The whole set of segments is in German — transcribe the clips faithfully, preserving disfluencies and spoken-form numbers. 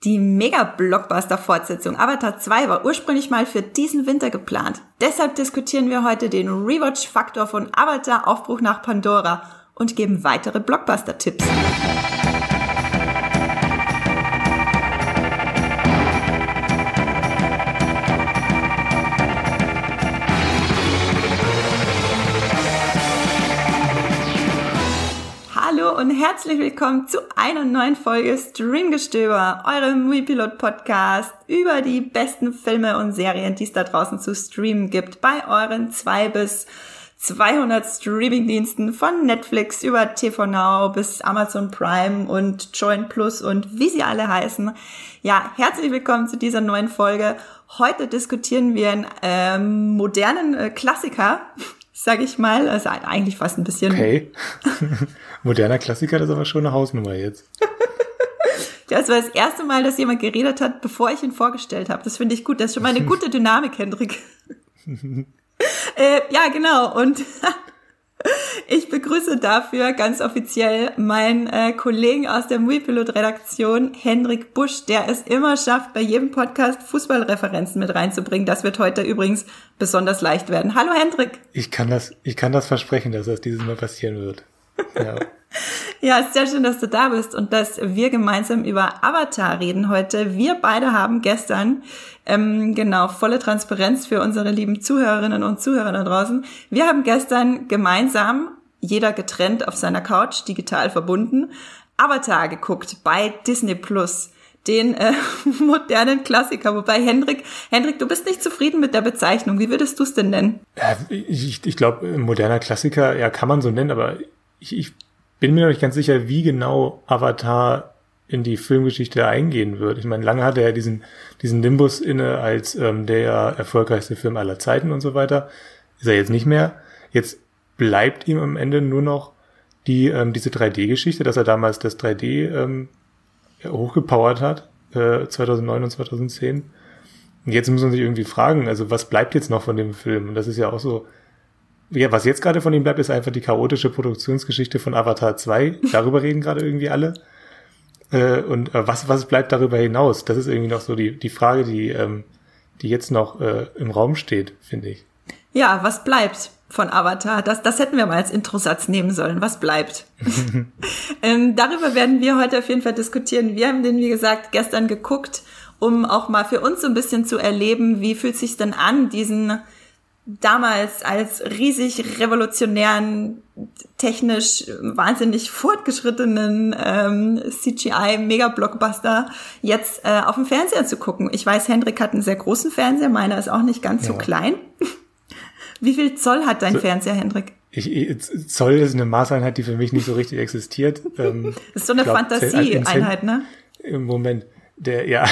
Die Mega-Blockbuster-Fortsetzung Avatar zwei war ursprünglich mal für diesen Winter geplant. Deshalb diskutieren wir heute den Rewatch-Faktor von Avatar Aufbruch nach Pandora und geben weitere Blockbuster-Tipps. Hallo und herzlich willkommen zu einer neuen Folge Streamgestöber, eurem Moviepilot-Podcast über die besten Filme und Serien, die es da draußen zu streamen gibt, bei euren zwei bis zweihundert Streamingdiensten von Netflix über T V Now bis Amazon Prime und Join Plus und wie sie alle heißen. Ja, herzlich willkommen zu dieser neuen Folge. Heute diskutieren wir einen ähm, modernen äh, Klassiker, sag ich mal, also eigentlich fast ein bisschen... Okay, moderner Klassiker, das ist aber schon eine Hausnummer jetzt. Das war das erste Mal, dass jemand geredet hat, bevor ich ihn vorgestellt habe. Das finde ich gut, das ist schon mal eine gute Dynamik, Hendrik. äh, ja, genau, und ich begrüße dafür ganz offiziell meinen äh, Kollegen aus der Moviepilot-Redaktion, Hendrik Busch, der es immer schafft, bei jedem Podcast Fußballreferenzen mit reinzubringen. Das wird heute übrigens besonders leicht werden. Hallo Hendrik. Ich kann das, ich kann das versprechen, dass das dieses Mal passieren wird. Ja. Ja, ist sehr schön, dass du da bist und dass wir gemeinsam über Avatar reden heute. Wir beide haben gestern, ähm, genau, volle Transparenz für unsere lieben Zuhörerinnen und Zuhörer da draußen. Wir haben gestern gemeinsam, jeder getrennt auf seiner Couch, digital verbunden, Avatar geguckt bei Disney Plus. Den äh, modernen Klassiker. Wobei, Hendrik, Hendrik, du bist nicht zufrieden mit der Bezeichnung. Wie würdest du es denn nennen? Ja, ich ich glaube, moderner Klassiker, ja, kann man so nennen, aber ich, ich bin mir noch nicht ganz sicher, wie genau Avatar in die Filmgeschichte eingehen wird. Ich meine, lange hatte er diesen diesen Nimbus inne als ähm, der erfolgreichste Film aller Zeiten und so weiter. Ist er jetzt nicht mehr. Jetzt bleibt ihm am Ende nur noch die ähm, diese drei D-Geschichte, dass er damals das drei D ähm, hochgepowert hat, äh, zweitausendneun und zweitausendzehn. Und jetzt muss man sich irgendwie fragen, also was bleibt jetzt noch von dem Film? Und das ist ja auch so, ja, was jetzt gerade von ihm bleibt, ist einfach die chaotische Produktionsgeschichte von Avatar zwei. Darüber reden gerade irgendwie alle. Äh, und äh, was was bleibt darüber hinaus? Das ist irgendwie noch so die die Frage, die ähm, die jetzt noch äh, im Raum steht, finde ich. Ja, was bleibt von Avatar? Das das hätten wir mal als Introsatz nehmen sollen. Was bleibt? ähm, darüber werden wir heute auf jeden Fall diskutieren. Wir haben den, wie gesagt, gestern geguckt, um auch mal für uns so ein bisschen zu erleben, wie fühlt sich denn an, diesen damals als riesig revolutionären, technisch wahnsinnig fortgeschrittenen ähm, C G I-Mega-Blockbuster jetzt äh, auf dem Fernseher zu gucken. Ich weiß, Hendrik hat einen sehr großen Fernseher, meiner ist auch nicht ganz ja. so klein. Wie viel Zoll hat dein so, Fernseher, Hendrik? Ich, ich, Zoll ist eine Maßeinheit, die für mich nicht so richtig existiert. Ähm, das ist so eine Fantasieeinheit, ne? Im Moment, der, ja,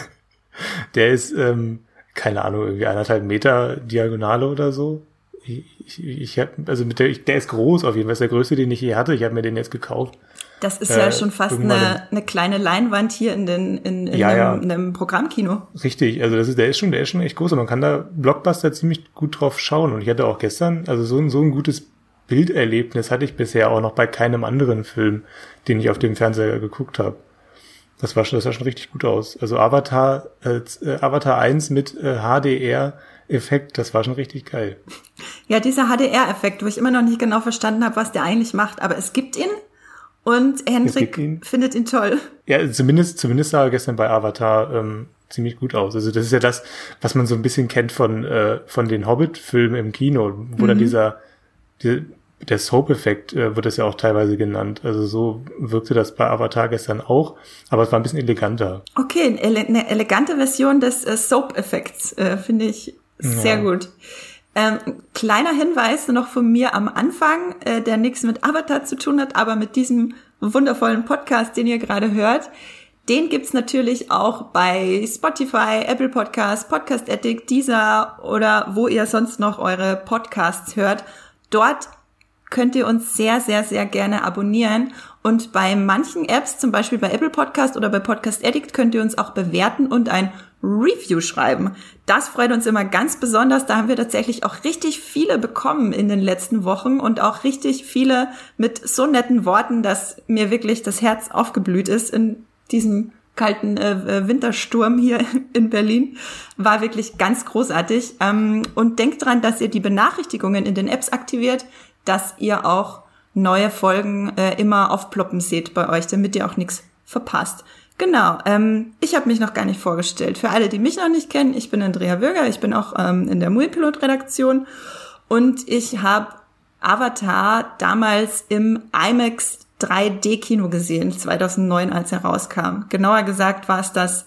der ist, ähm, keine Ahnung, irgendwie anderthalb Meter Diagonale oder so. Ich, ich, ich hab, also mit der, ich, der ist groß auf jeden Fall, ist der größte, den ich je hatte. Ich habe mir den jetzt gekauft. Das ist ja äh, schon fast eine, eine kleine Leinwand hier in den in, in, ja, einem, ja. in einem Programmkino. Richtig, also das ist, der ist schon, der ist schon echt groß und man kann da Blockbuster ziemlich gut drauf schauen. Und ich hatte auch gestern, also so ein so ein gutes Bilderlebnis hatte ich bisher auch noch bei keinem anderen Film, den ich auf dem Fernseher geguckt habe. Das war schon, das sah schon richtig gut aus. Also Avatar, äh, Avatar eins mit äh, H D R-Effekt, das war schon richtig geil. Ja, dieser H D R-Effekt, wo ich immer noch nicht genau verstanden habe, was der eigentlich macht, aber es gibt ihn und Hendrik ihn. findet ihn toll. Ja, zumindest, zumindest sah er gestern bei Avatar ähm, ziemlich gut aus. Also das ist ja das, was man so ein bisschen kennt von äh, von den Hobbit-Filmen im Kino, wo mhm. dann dieser, dieser der Soap-Effekt äh, wird das ja auch teilweise genannt. Also so wirkte das bei Avatar gestern auch, aber es war ein bisschen eleganter. Okay, eine, ele- eine elegante Version des äh, Soap-Effekts, äh, finde ich sehr ja. gut. Ähm, kleiner Hinweis noch von mir am Anfang, äh, der nichts mit Avatar zu tun hat, aber mit diesem wundervollen Podcast, den ihr gerade hört. Den gibt's natürlich auch bei Spotify, Apple Podcasts, Podcast Addict, Deezer oder wo ihr sonst noch eure Podcasts hört. Dort könnt ihr uns sehr, sehr, sehr gerne abonnieren. Und bei manchen Apps, zum Beispiel bei Apple Podcast oder bei Podcast Addict, könnt ihr uns auch bewerten und ein Review schreiben. Das freut uns immer ganz besonders. Da haben wir tatsächlich auch richtig viele bekommen in den letzten Wochen und auch richtig viele mit so netten Worten, dass mir wirklich das Herz aufgeblüht ist in diesem kalten äh, Wintersturm hier in Berlin. War wirklich ganz großartig. Ähm, und denkt dran, dass ihr die Benachrichtigungen in den Apps aktiviert, dass ihr auch neue Folgen äh, immer aufploppen seht bei euch, damit ihr auch nichts verpasst. Genau, ähm, ich habe mich noch gar nicht vorgestellt. Für alle, die mich noch nicht kennen, ich bin Andrea Würger, ich bin auch ähm, in der Moviepilot-Redaktion und ich habe Avatar damals im IMAX drei D Kino gesehen, zweitausendneun, als er rauskam. Genauer gesagt war es das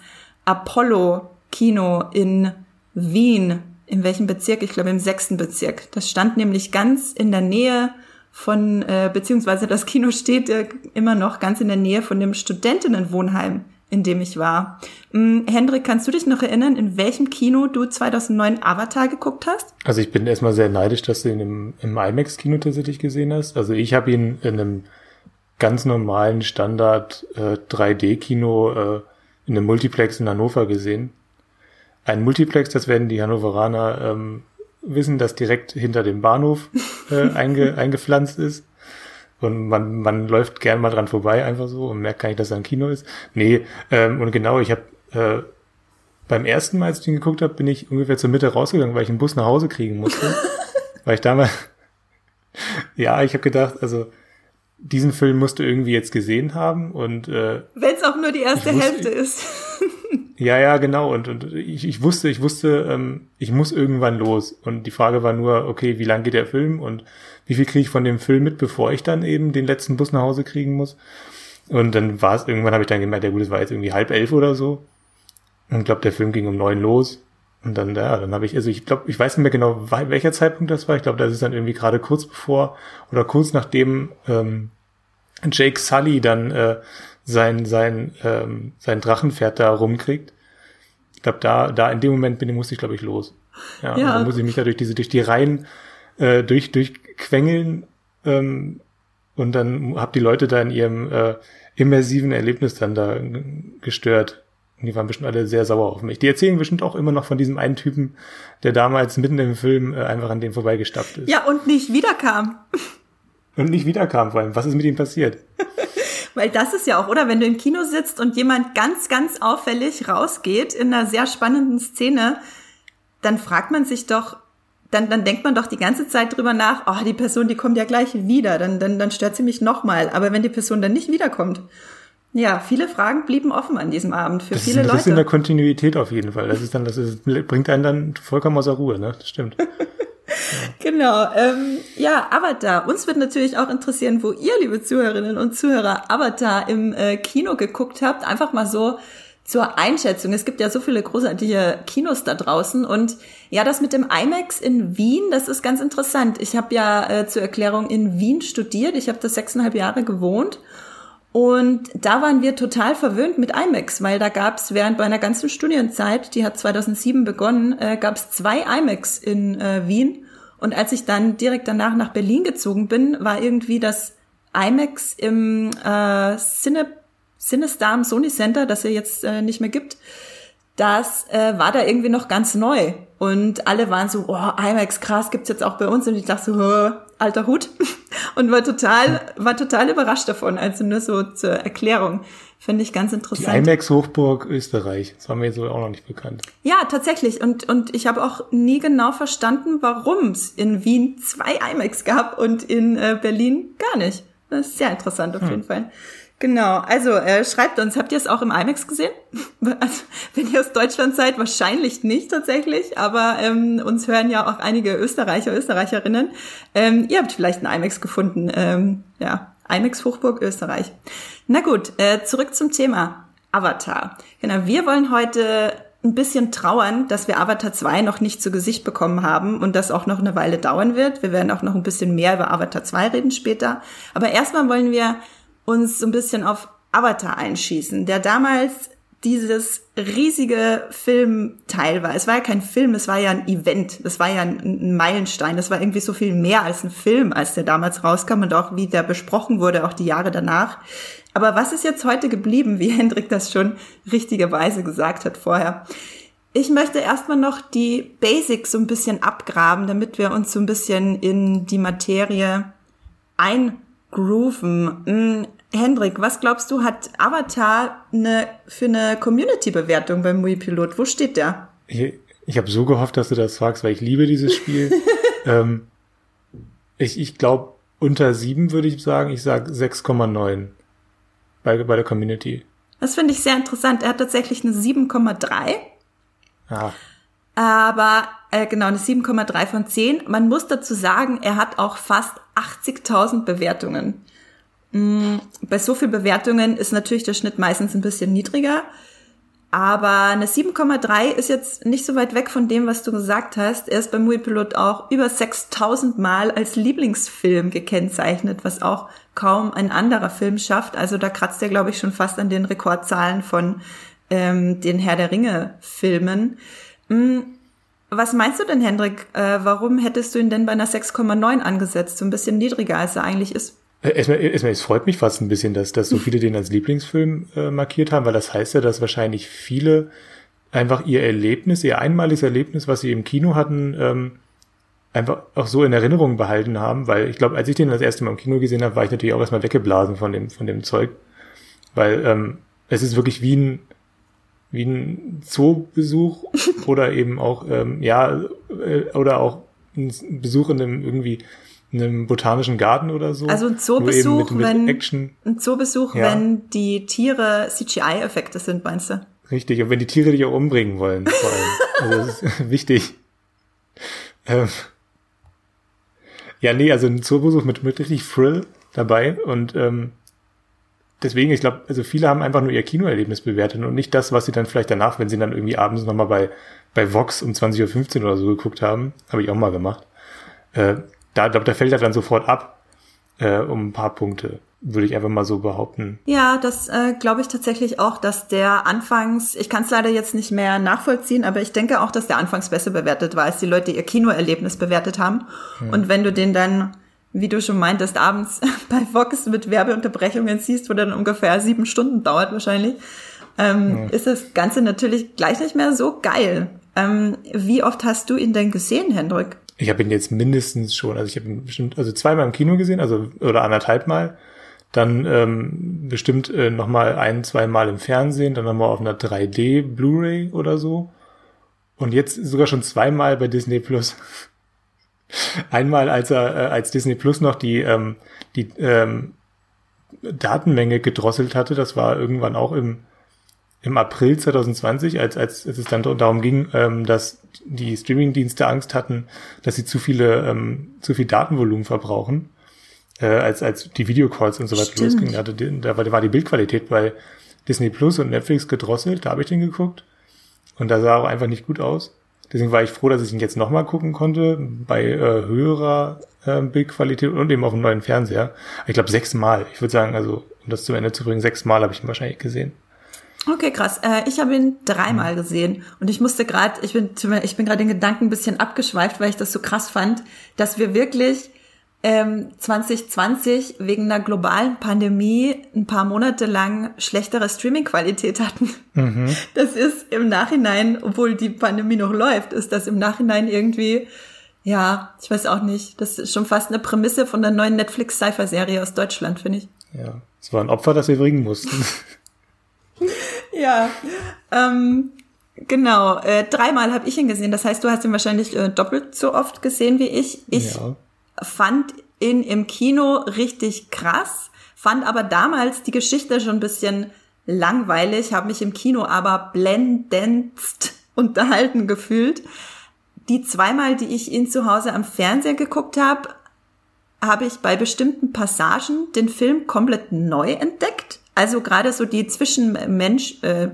Apollo-Kino in Wien. In welchem Bezirk? Ich glaube im sechsten Bezirk. Das stand nämlich ganz in der Nähe von, äh, beziehungsweise das Kino steht äh, immer noch ganz in der Nähe von dem Studentinnenwohnheim, in dem ich war. Hm, Hendrik, kannst du dich noch erinnern, in welchem Kino du zweitausendneun Avatar geguckt hast? Also ich bin erstmal sehr neidisch, dass du ihn im, im IMAX-Kino tatsächlich gesehen hast. Also ich habe ihn in einem ganz normalen Standard äh, drei D Kino äh, in einem Multiplex in Hannover gesehen. Ein Multiplex, das werden die Hannoveraner ähm, wissen, das direkt hinter dem Bahnhof äh, einge, eingepflanzt ist. Und man man läuft gern mal dran vorbei, einfach so, und merkt gar nicht, dass da ein Kino ist. Nee, ähm, und genau, ich habe äh, beim ersten Mal, als ich den geguckt habe, bin ich ungefähr zur Mitte rausgegangen, weil ich einen Bus nach Hause kriegen musste. Weil ich damals, ja, ich habe gedacht, also diesen Film musst du irgendwie jetzt gesehen haben und äh, wenn es auch nur die erste wusste, Hälfte ist. Ja, ja, genau. Und, und ich, ich wusste, ich wusste, ähm, ich muss irgendwann los. Und die Frage war nur, okay, wie lang geht der Film und wie viel kriege ich von dem Film mit, bevor ich dann eben den letzten Bus nach Hause kriegen muss. Und dann war es, irgendwann habe ich dann gemerkt, ja gut, es war jetzt irgendwie halb elf oder so. Und ich glaube, der Film ging um neun los. Und dann, ja, dann habe ich, also ich glaube, ich weiß nicht mehr genau, welcher Zeitpunkt das war. Ich glaube, das ist dann irgendwie gerade kurz bevor oder kurz nachdem ähm, Jake Sully dann äh, sein sein ähm, sein Drachenpferd da rumkriegt. Ich glaube, da da in dem Moment bin musste ich, glaube ich, los. Ja, ja. Und dann muss ich mich da durch diese durch die Reihen äh, durch durchquengeln ähm, und dann hab die Leute da in ihrem äh, immersiven Erlebnis dann da gestört. Und die waren bestimmt alle sehr sauer auf mich. Die erzählen bestimmt auch immer noch von diesem einen Typen, der damals mitten im Film äh, einfach an dem vorbeigestapft ist. Ja, und nicht wiederkam. Und nicht wiederkam vor allem. Was ist mit ihm passiert? Weil das ist ja auch, oder? Wenn du im Kino sitzt und jemand ganz, ganz auffällig rausgeht in einer sehr spannenden Szene, dann fragt man sich doch, dann, dann denkt man doch die ganze Zeit drüber nach, oh, die Person, die kommt ja gleich wieder, dann, dann, dann stört sie mich nochmal. Aber wenn die Person dann nicht wiederkommt, ja, viele Fragen blieben offen an diesem Abend für das viele ist, Leute. Das ist in der Kontinuität auf jeden Fall. Das ist dann, das ist, bringt einen dann vollkommen außer Ruhe, ne? Das stimmt. Ja. Genau, ähm, ja, Avatar. Uns wird natürlich auch interessieren, wo ihr, liebe Zuhörerinnen und Zuhörer, Avatar im äh, Kino geguckt habt. Einfach mal so zur Einschätzung. Es gibt ja so viele großartige Kinos da draußen und ja, das mit dem IMAX in Wien, das ist ganz interessant. Ich habe ja äh, zur Erklärung in Wien studiert. Ich habe da sechseinhalb Jahre gewohnt. Und da waren wir total verwöhnt mit IMAX, weil da gab es während meiner ganzen Studienzeit, die hat zweitausendsieben begonnen, äh, gab es zwei IMAX in äh, Wien. Und als ich dann direkt danach nach Berlin gezogen bin, war irgendwie das IMAX im äh, Cine, Cinestar im Sony Center, das es jetzt äh, nicht mehr gibt, das äh, war da irgendwie noch ganz neu. Und alle waren so, oh, IMAX, krass, gibt's jetzt auch bei uns. Und ich dachte so, oh, alter Hut. Und war total, war total überrascht davon. Also nur so zur Erklärung. Finde ich ganz interessant. Die IMAX-Hochburg Österreich. Das war mir so auch noch nicht bekannt. Ja, tatsächlich. Und, und ich habe auch nie genau verstanden, warum es in Wien zwei IMAX gab und in äh, Berlin gar nicht. Das ist sehr interessant auf hm. jeden Fall. Genau, also äh, schreibt uns, habt ihr es auch im IMAX gesehen? Also, wenn ihr aus Deutschland seid, wahrscheinlich nicht tatsächlich, aber ähm, uns hören ja auch einige Österreicher, Österreicherinnen. Ähm, ihr habt vielleicht einen IMAX gefunden. Ähm, ja, IMAX Hochburg Österreich. Na gut, äh, zurück zum Thema Avatar. Genau, wir wollen heute ein bisschen trauern, dass wir Avatar zwei noch nicht zu Gesicht bekommen haben und das auch noch eine Weile dauern wird. Wir werden auch noch ein bisschen mehr über Avatar zwei reden später. Aber erstmal wollen wir uns so ein bisschen auf Avatar einschießen, der damals dieses riesige Filmteil war. Es war ja kein Film, es war ja ein Event, es war ja ein, ein Meilenstein, das war irgendwie so viel mehr als ein Film, als der damals rauskam und auch wie der besprochen wurde, auch die Jahre danach. Aber was ist jetzt heute geblieben, wie Hendrik das schon richtigerweise gesagt hat vorher? Ich möchte erstmal noch die Basics so ein bisschen abgraben, damit wir uns so ein bisschen in die Materie eingrooven. Hendrik, was glaubst du, hat Avatar eine, für eine Community-Bewertung beim Moviepilot? Wo steht der? Ich, ich habe so gehofft, dass du das fragst, weil ich liebe dieses Spiel. ähm, ich ich glaube, unter sieben würde ich sagen, ich sage sechs Komma neun bei, bei der Community. Das finde ich sehr interessant. Er hat tatsächlich eine sieben Komma drei. Ah. Aber, äh, genau, eine sieben Komma drei von zehn. Man muss dazu sagen, er hat auch fast achtzigtausend Bewertungen. Mm, bei so viel Bewertungen ist natürlich der Schnitt meistens ein bisschen niedriger. Aber eine sieben Komma drei ist jetzt nicht so weit weg von dem, was du gesagt hast. Er ist beim Moviepilot auch über sechstausend Mal als Lieblingsfilm gekennzeichnet, was auch kaum ein anderer Film schafft. Also da kratzt er, glaube ich, schon fast an den Rekordzahlen von ähm, den Herr der Ringe-Filmen. Hm, was meinst du denn, Hendrik? Äh, warum hättest du ihn denn bei einer sechs Komma neun angesetzt? So ein bisschen niedriger, als er eigentlich ist. Erstmal, erstmal, es freut mich fast ein bisschen, dass, dass so viele den als Lieblingsfilm äh, markiert haben, weil das heißt ja, dass wahrscheinlich viele einfach ihr Erlebnis, ihr einmaliges Erlebnis, was sie im Kino hatten, ähm, einfach auch so in Erinnerung behalten haben, weil ich glaube, als ich den das erste Mal im Kino gesehen habe, war ich natürlich auch erstmal weggeblasen von dem, von dem Zeug, weil ähm, es ist wirklich wie ein, wie ein Zoobesuch oder eben auch, ähm, ja, äh, oder auch ein Besuch in einem irgendwie in einem botanischen Garten oder so. Also ein Zoobesuch, mit, mit wenn Action. Ein Zoobesuch, ja. Wenn die Tiere C G I-Effekte sind, meinst du? Richtig, und wenn die Tiere dich auch umbringen wollen, vor allem. Also das ist wichtig. Ähm, ja, nee, also ein Zoobesuch mit, mit richtig Thrill dabei und ähm, deswegen, ich glaube, also viele haben einfach nur ihr Kinoerlebnis bewertet und nicht das, was sie dann vielleicht danach, wenn sie dann irgendwie abends nochmal bei bei Vox um zwanzig Uhr fünfzehn oder so geguckt haben, habe ich auch mal gemacht. Äh, Da, da, da fällt er dann sofort ab, äh, um ein paar Punkte, würde ich einfach mal so behaupten. Ja, das äh, glaube ich tatsächlich auch, dass der anfangs, ich kann es leider jetzt nicht mehr nachvollziehen, aber ich denke auch, dass der anfangs besser bewertet war, als die Leute ihr Kinoerlebnis bewertet haben. Hm. Und wenn du den dann, wie du schon meintest, abends bei Vox mit Werbeunterbrechungen siehst, wo der dann ungefähr sieben Stunden dauert wahrscheinlich, ähm, hm. ist das Ganze natürlich gleich nicht mehr so geil. Ähm, wie oft hast du ihn denn gesehen, Hendrik? Ich habe ihn jetzt mindestens schon, also ich habe ihn bestimmt, also zweimal im Kino gesehen, also oder anderthalb Mal, dann ähm, bestimmt äh, nochmal ein, zwei Mal im Fernsehen, dann nochmal auf einer drei D Blu-ray oder so und jetzt sogar schon zweimal bei Disney Plus. Einmal, als er äh, als Disney Plus noch die ähm, die ähm, Datenmenge gedrosselt hatte, das war irgendwann auch im im April zwanzig zwanzig, als, als, als es dann darum ging, ähm, dass die Streamingdienste Angst hatten, dass sie zu viele, ähm, zu viel Datenvolumen verbrauchen, äh, als, als die Videocalls und so weiter losgingen. Da, da war, da war die Bildqualität bei Disney Plus und Netflix gedrosselt, da habe ich den geguckt. Und da sah auch einfach nicht gut aus. Deswegen war ich froh, dass ich ihn jetzt nochmal gucken konnte, bei äh, höherer äh, Bildqualität und eben auf dem neuen Fernseher. Ich glaube sechsmal. Ich würde sagen, also, um das zum Ende zu bringen, sechsmal habe ich ihn wahrscheinlich gesehen. Okay, krass. Äh, ich habe ihn dreimal gesehen und ich musste gerade, ich bin, ich bin gerade den Gedanken ein bisschen abgeschweift, weil ich das so krass fand, dass wir wirklich ähm, zwanzig zwanzig wegen einer globalen Pandemie ein paar Monate lang schlechtere Streaming-Qualität hatten. Mhm. Das ist im Nachhinein, obwohl die Pandemie noch läuft, ist das im Nachhinein irgendwie, ja, ich weiß auch nicht, das ist schon fast eine Prämisse von der neuen Netflix-Sci-Fi-Serie aus Deutschland, finde ich. Ja, es war ein Opfer, das wir bringen mussten. Ja, ähm, genau. Äh, dreimal habe ich ihn gesehen. Das heißt, du hast ihn wahrscheinlich äh, doppelt so oft gesehen wie ich. Ich ja. fand ihn im Kino richtig krass, fand aber damals die Geschichte schon ein bisschen langweilig, habe mich im Kino aber blendendst unterhalten gefühlt. Die zweimal, die ich ihn zu Hause am Fernseher geguckt habe, habe ich bei bestimmten Passagen den Film komplett neu entdeckt. Also gerade so die Zwischenmensch, äh,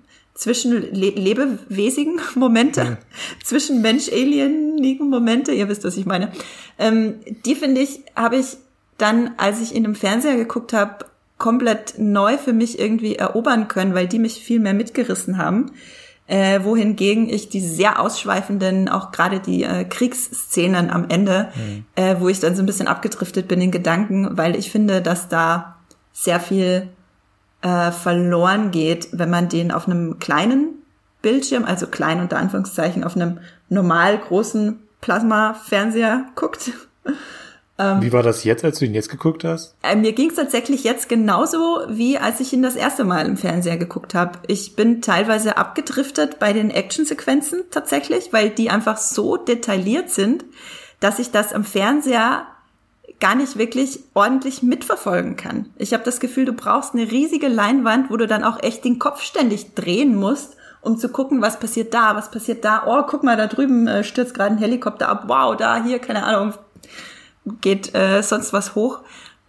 zwischenlebewesigen Momente, mhm. zwischen Mensch-Alienigen Momente, ihr wisst, was ich meine. Ähm, die finde ich, habe ich dann, als ich ihn im Fernseher geguckt habe, komplett neu für mich irgendwie erobern können, weil die mich viel mehr mitgerissen haben. Äh, wohingegen ich die sehr ausschweifenden, auch gerade die äh, Kriegsszenen am Ende, mhm. äh, wo ich dann so ein bisschen abgedriftet bin in Gedanken, weil ich finde, dass da sehr viel äh, verloren geht, wenn man den auf einem kleinen Bildschirm, also klein unter Anführungszeichen, auf einem normal großen Plasma-Fernseher guckt. Ähm, wie war das jetzt, als du ihn jetzt geguckt hast? Äh, mir ging es tatsächlich jetzt genauso, wie als ich ihn das erste Mal im Fernseher geguckt habe. Ich bin teilweise abgedriftet bei den Actionsequenzen tatsächlich, weil die einfach so detailliert sind, dass ich das am Fernseher gar nicht wirklich ordentlich mitverfolgen kann. Ich habe das Gefühl, du brauchst eine riesige Leinwand, wo du dann auch echt den Kopf ständig drehen musst, um zu gucken, was passiert da, was passiert da. Oh, guck mal, da drüben äh, stürzt gerade ein Helikopter ab. Wow, da, hier, keine Ahnung, geht äh, sonst was hoch.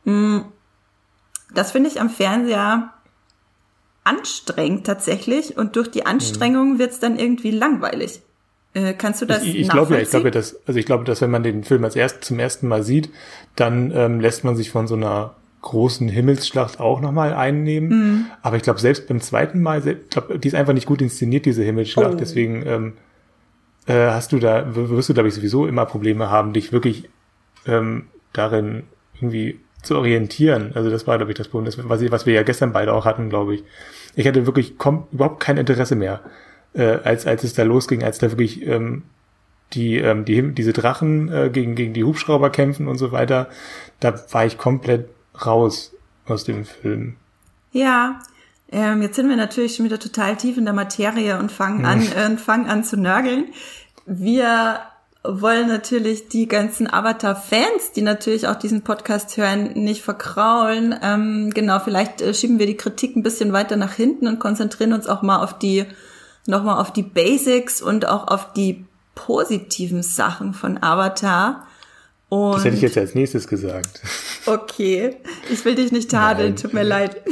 Das finde ich am Fernseher anstrengend tatsächlich und durch die Anstrengung wird es dann irgendwie langweilig. Äh, kannst du das ich, ich glaube ja, ich glaube dass, also ich glaube, dass wenn man den Film als erst zum ersten Mal sieht, dann ähm, lässt man sich von so einer großen Himmelsschlacht auch nochmal einnehmen. Mhm. Aber ich glaube, selbst beim zweiten Mal, ich glaube, die ist einfach nicht gut inszeniert, diese Himmelsschlacht. Oh. Deswegen ähm, äh, hast du da, wirst du, glaube ich, sowieso immer Probleme haben, dich wirklich ähm, darin irgendwie zu orientieren. Also das war, glaube ich, das Problem, das, was, ich, was wir ja gestern beide auch hatten, glaube ich. Ich hatte wirklich kom- überhaupt kein Interesse mehr, äh, als als es da losging, als da wirklich ähm, die ähm, die diese Drachen äh, gegen gegen die Hubschrauber kämpfen und so weiter. Da war ich komplett raus aus dem Film. Ja, ähm, jetzt sind wir natürlich schon wieder total tief in der Materie und fangen an äh, und fangen an zu nörgeln. Wir wollen natürlich die ganzen Avatar-Fans, die natürlich auch diesen Podcast hören, nicht verkraulen. Ähm, genau, vielleicht äh, schieben wir die Kritik ein bisschen weiter nach hinten und konzentrieren uns auch mal auf die, nochmal auf die Basics und auch auf die positiven Sachen von Avatar. Und das hätte ich jetzt als nächstes gesagt. Okay, ich will dich nicht tadeln, tut mir leid.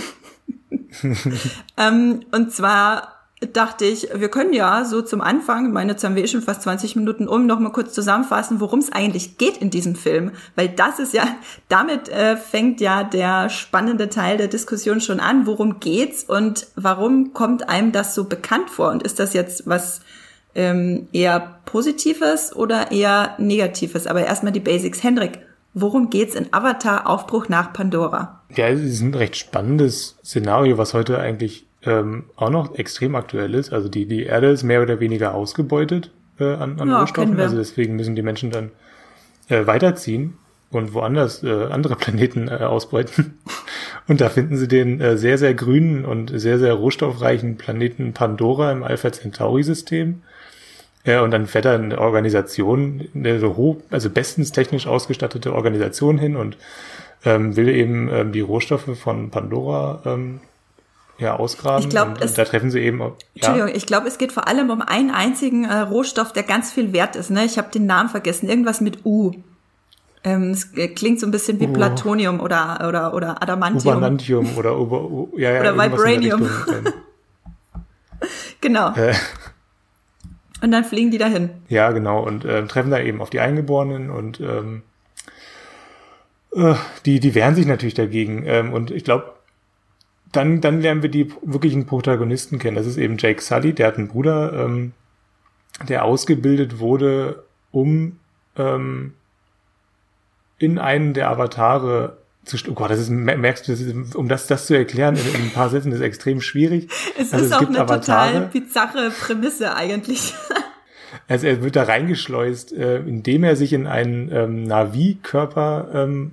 ähm, und zwar dachte ich, wir können ja so zum Anfang, meine, jetzt haben wir eh schon fast zwanzig Minuten um, noch mal kurz zusammenfassen, worum es eigentlich geht in diesem Film. Weil das ist ja, damit äh, fängt ja der spannende Teil der Diskussion schon an. Worum geht's und warum kommt einem das so bekannt vor? Und ist das jetzt was ähm, eher Positives oder eher Negatives? Aber erstmal die Basics. Hendrik, worum geht's in Avatar Aufbruch nach Pandora? Ja, es ist ein recht spannendes Szenario, was heute eigentlich ähm, auch noch extrem aktuell ist. Also die die Erde ist mehr oder weniger ausgebeutet äh, an, an ja, Rohstoffen. Also deswegen müssen die Menschen dann äh, weiterziehen und woanders äh, andere Planeten äh, ausbeuten. Und da finden sie den äh, sehr, sehr grünen und sehr, sehr rohstoffreichen Planeten Pandora im Alpha Centauri-System. Ja, und dann fährt da eine Organisation, eine so hoch, also bestens technisch ausgestattete Organisation hin und ähm, will eben ähm, die Rohstoffe von Pandora ähm, ja ausgraben. Ich glaub, und, es, und da treffen sie eben. Ja. Entschuldigung, ich glaube, es geht vor allem um einen einzigen äh, Rohstoff, der ganz viel wert ist. Ne? Ich habe den Namen vergessen. Irgendwas mit U. Ähm, es klingt so ein bisschen wie uh. Plutonium oder oder oder Adamantium. Ubanantium oder Uber, U, ja, ja, oder Vibranium. Richtung, genau. Äh. Und dann fliegen die dahin. Ja, genau. Und äh, treffen da eben auf die Eingeborenen und ähm, äh, die die wehren sich natürlich dagegen. Ähm, und ich glaube, dann dann lernen wir die wirklichen Protagonisten kennen. Das ist eben Jake Sully, der hat einen Bruder, ähm, der ausgebildet wurde, um ähm, in einen der Avatare zu... Oh Gott, das ist, merkst du, das ist, um das das zu erklären in, in ein paar Sätzen, ist extrem schwierig. Es also, ist es auch gibt eine Avatare, total bizarre Prämisse eigentlich. Also er wird da reingeschleust, äh, indem er sich in einen ähm, Navi-Körper ähm,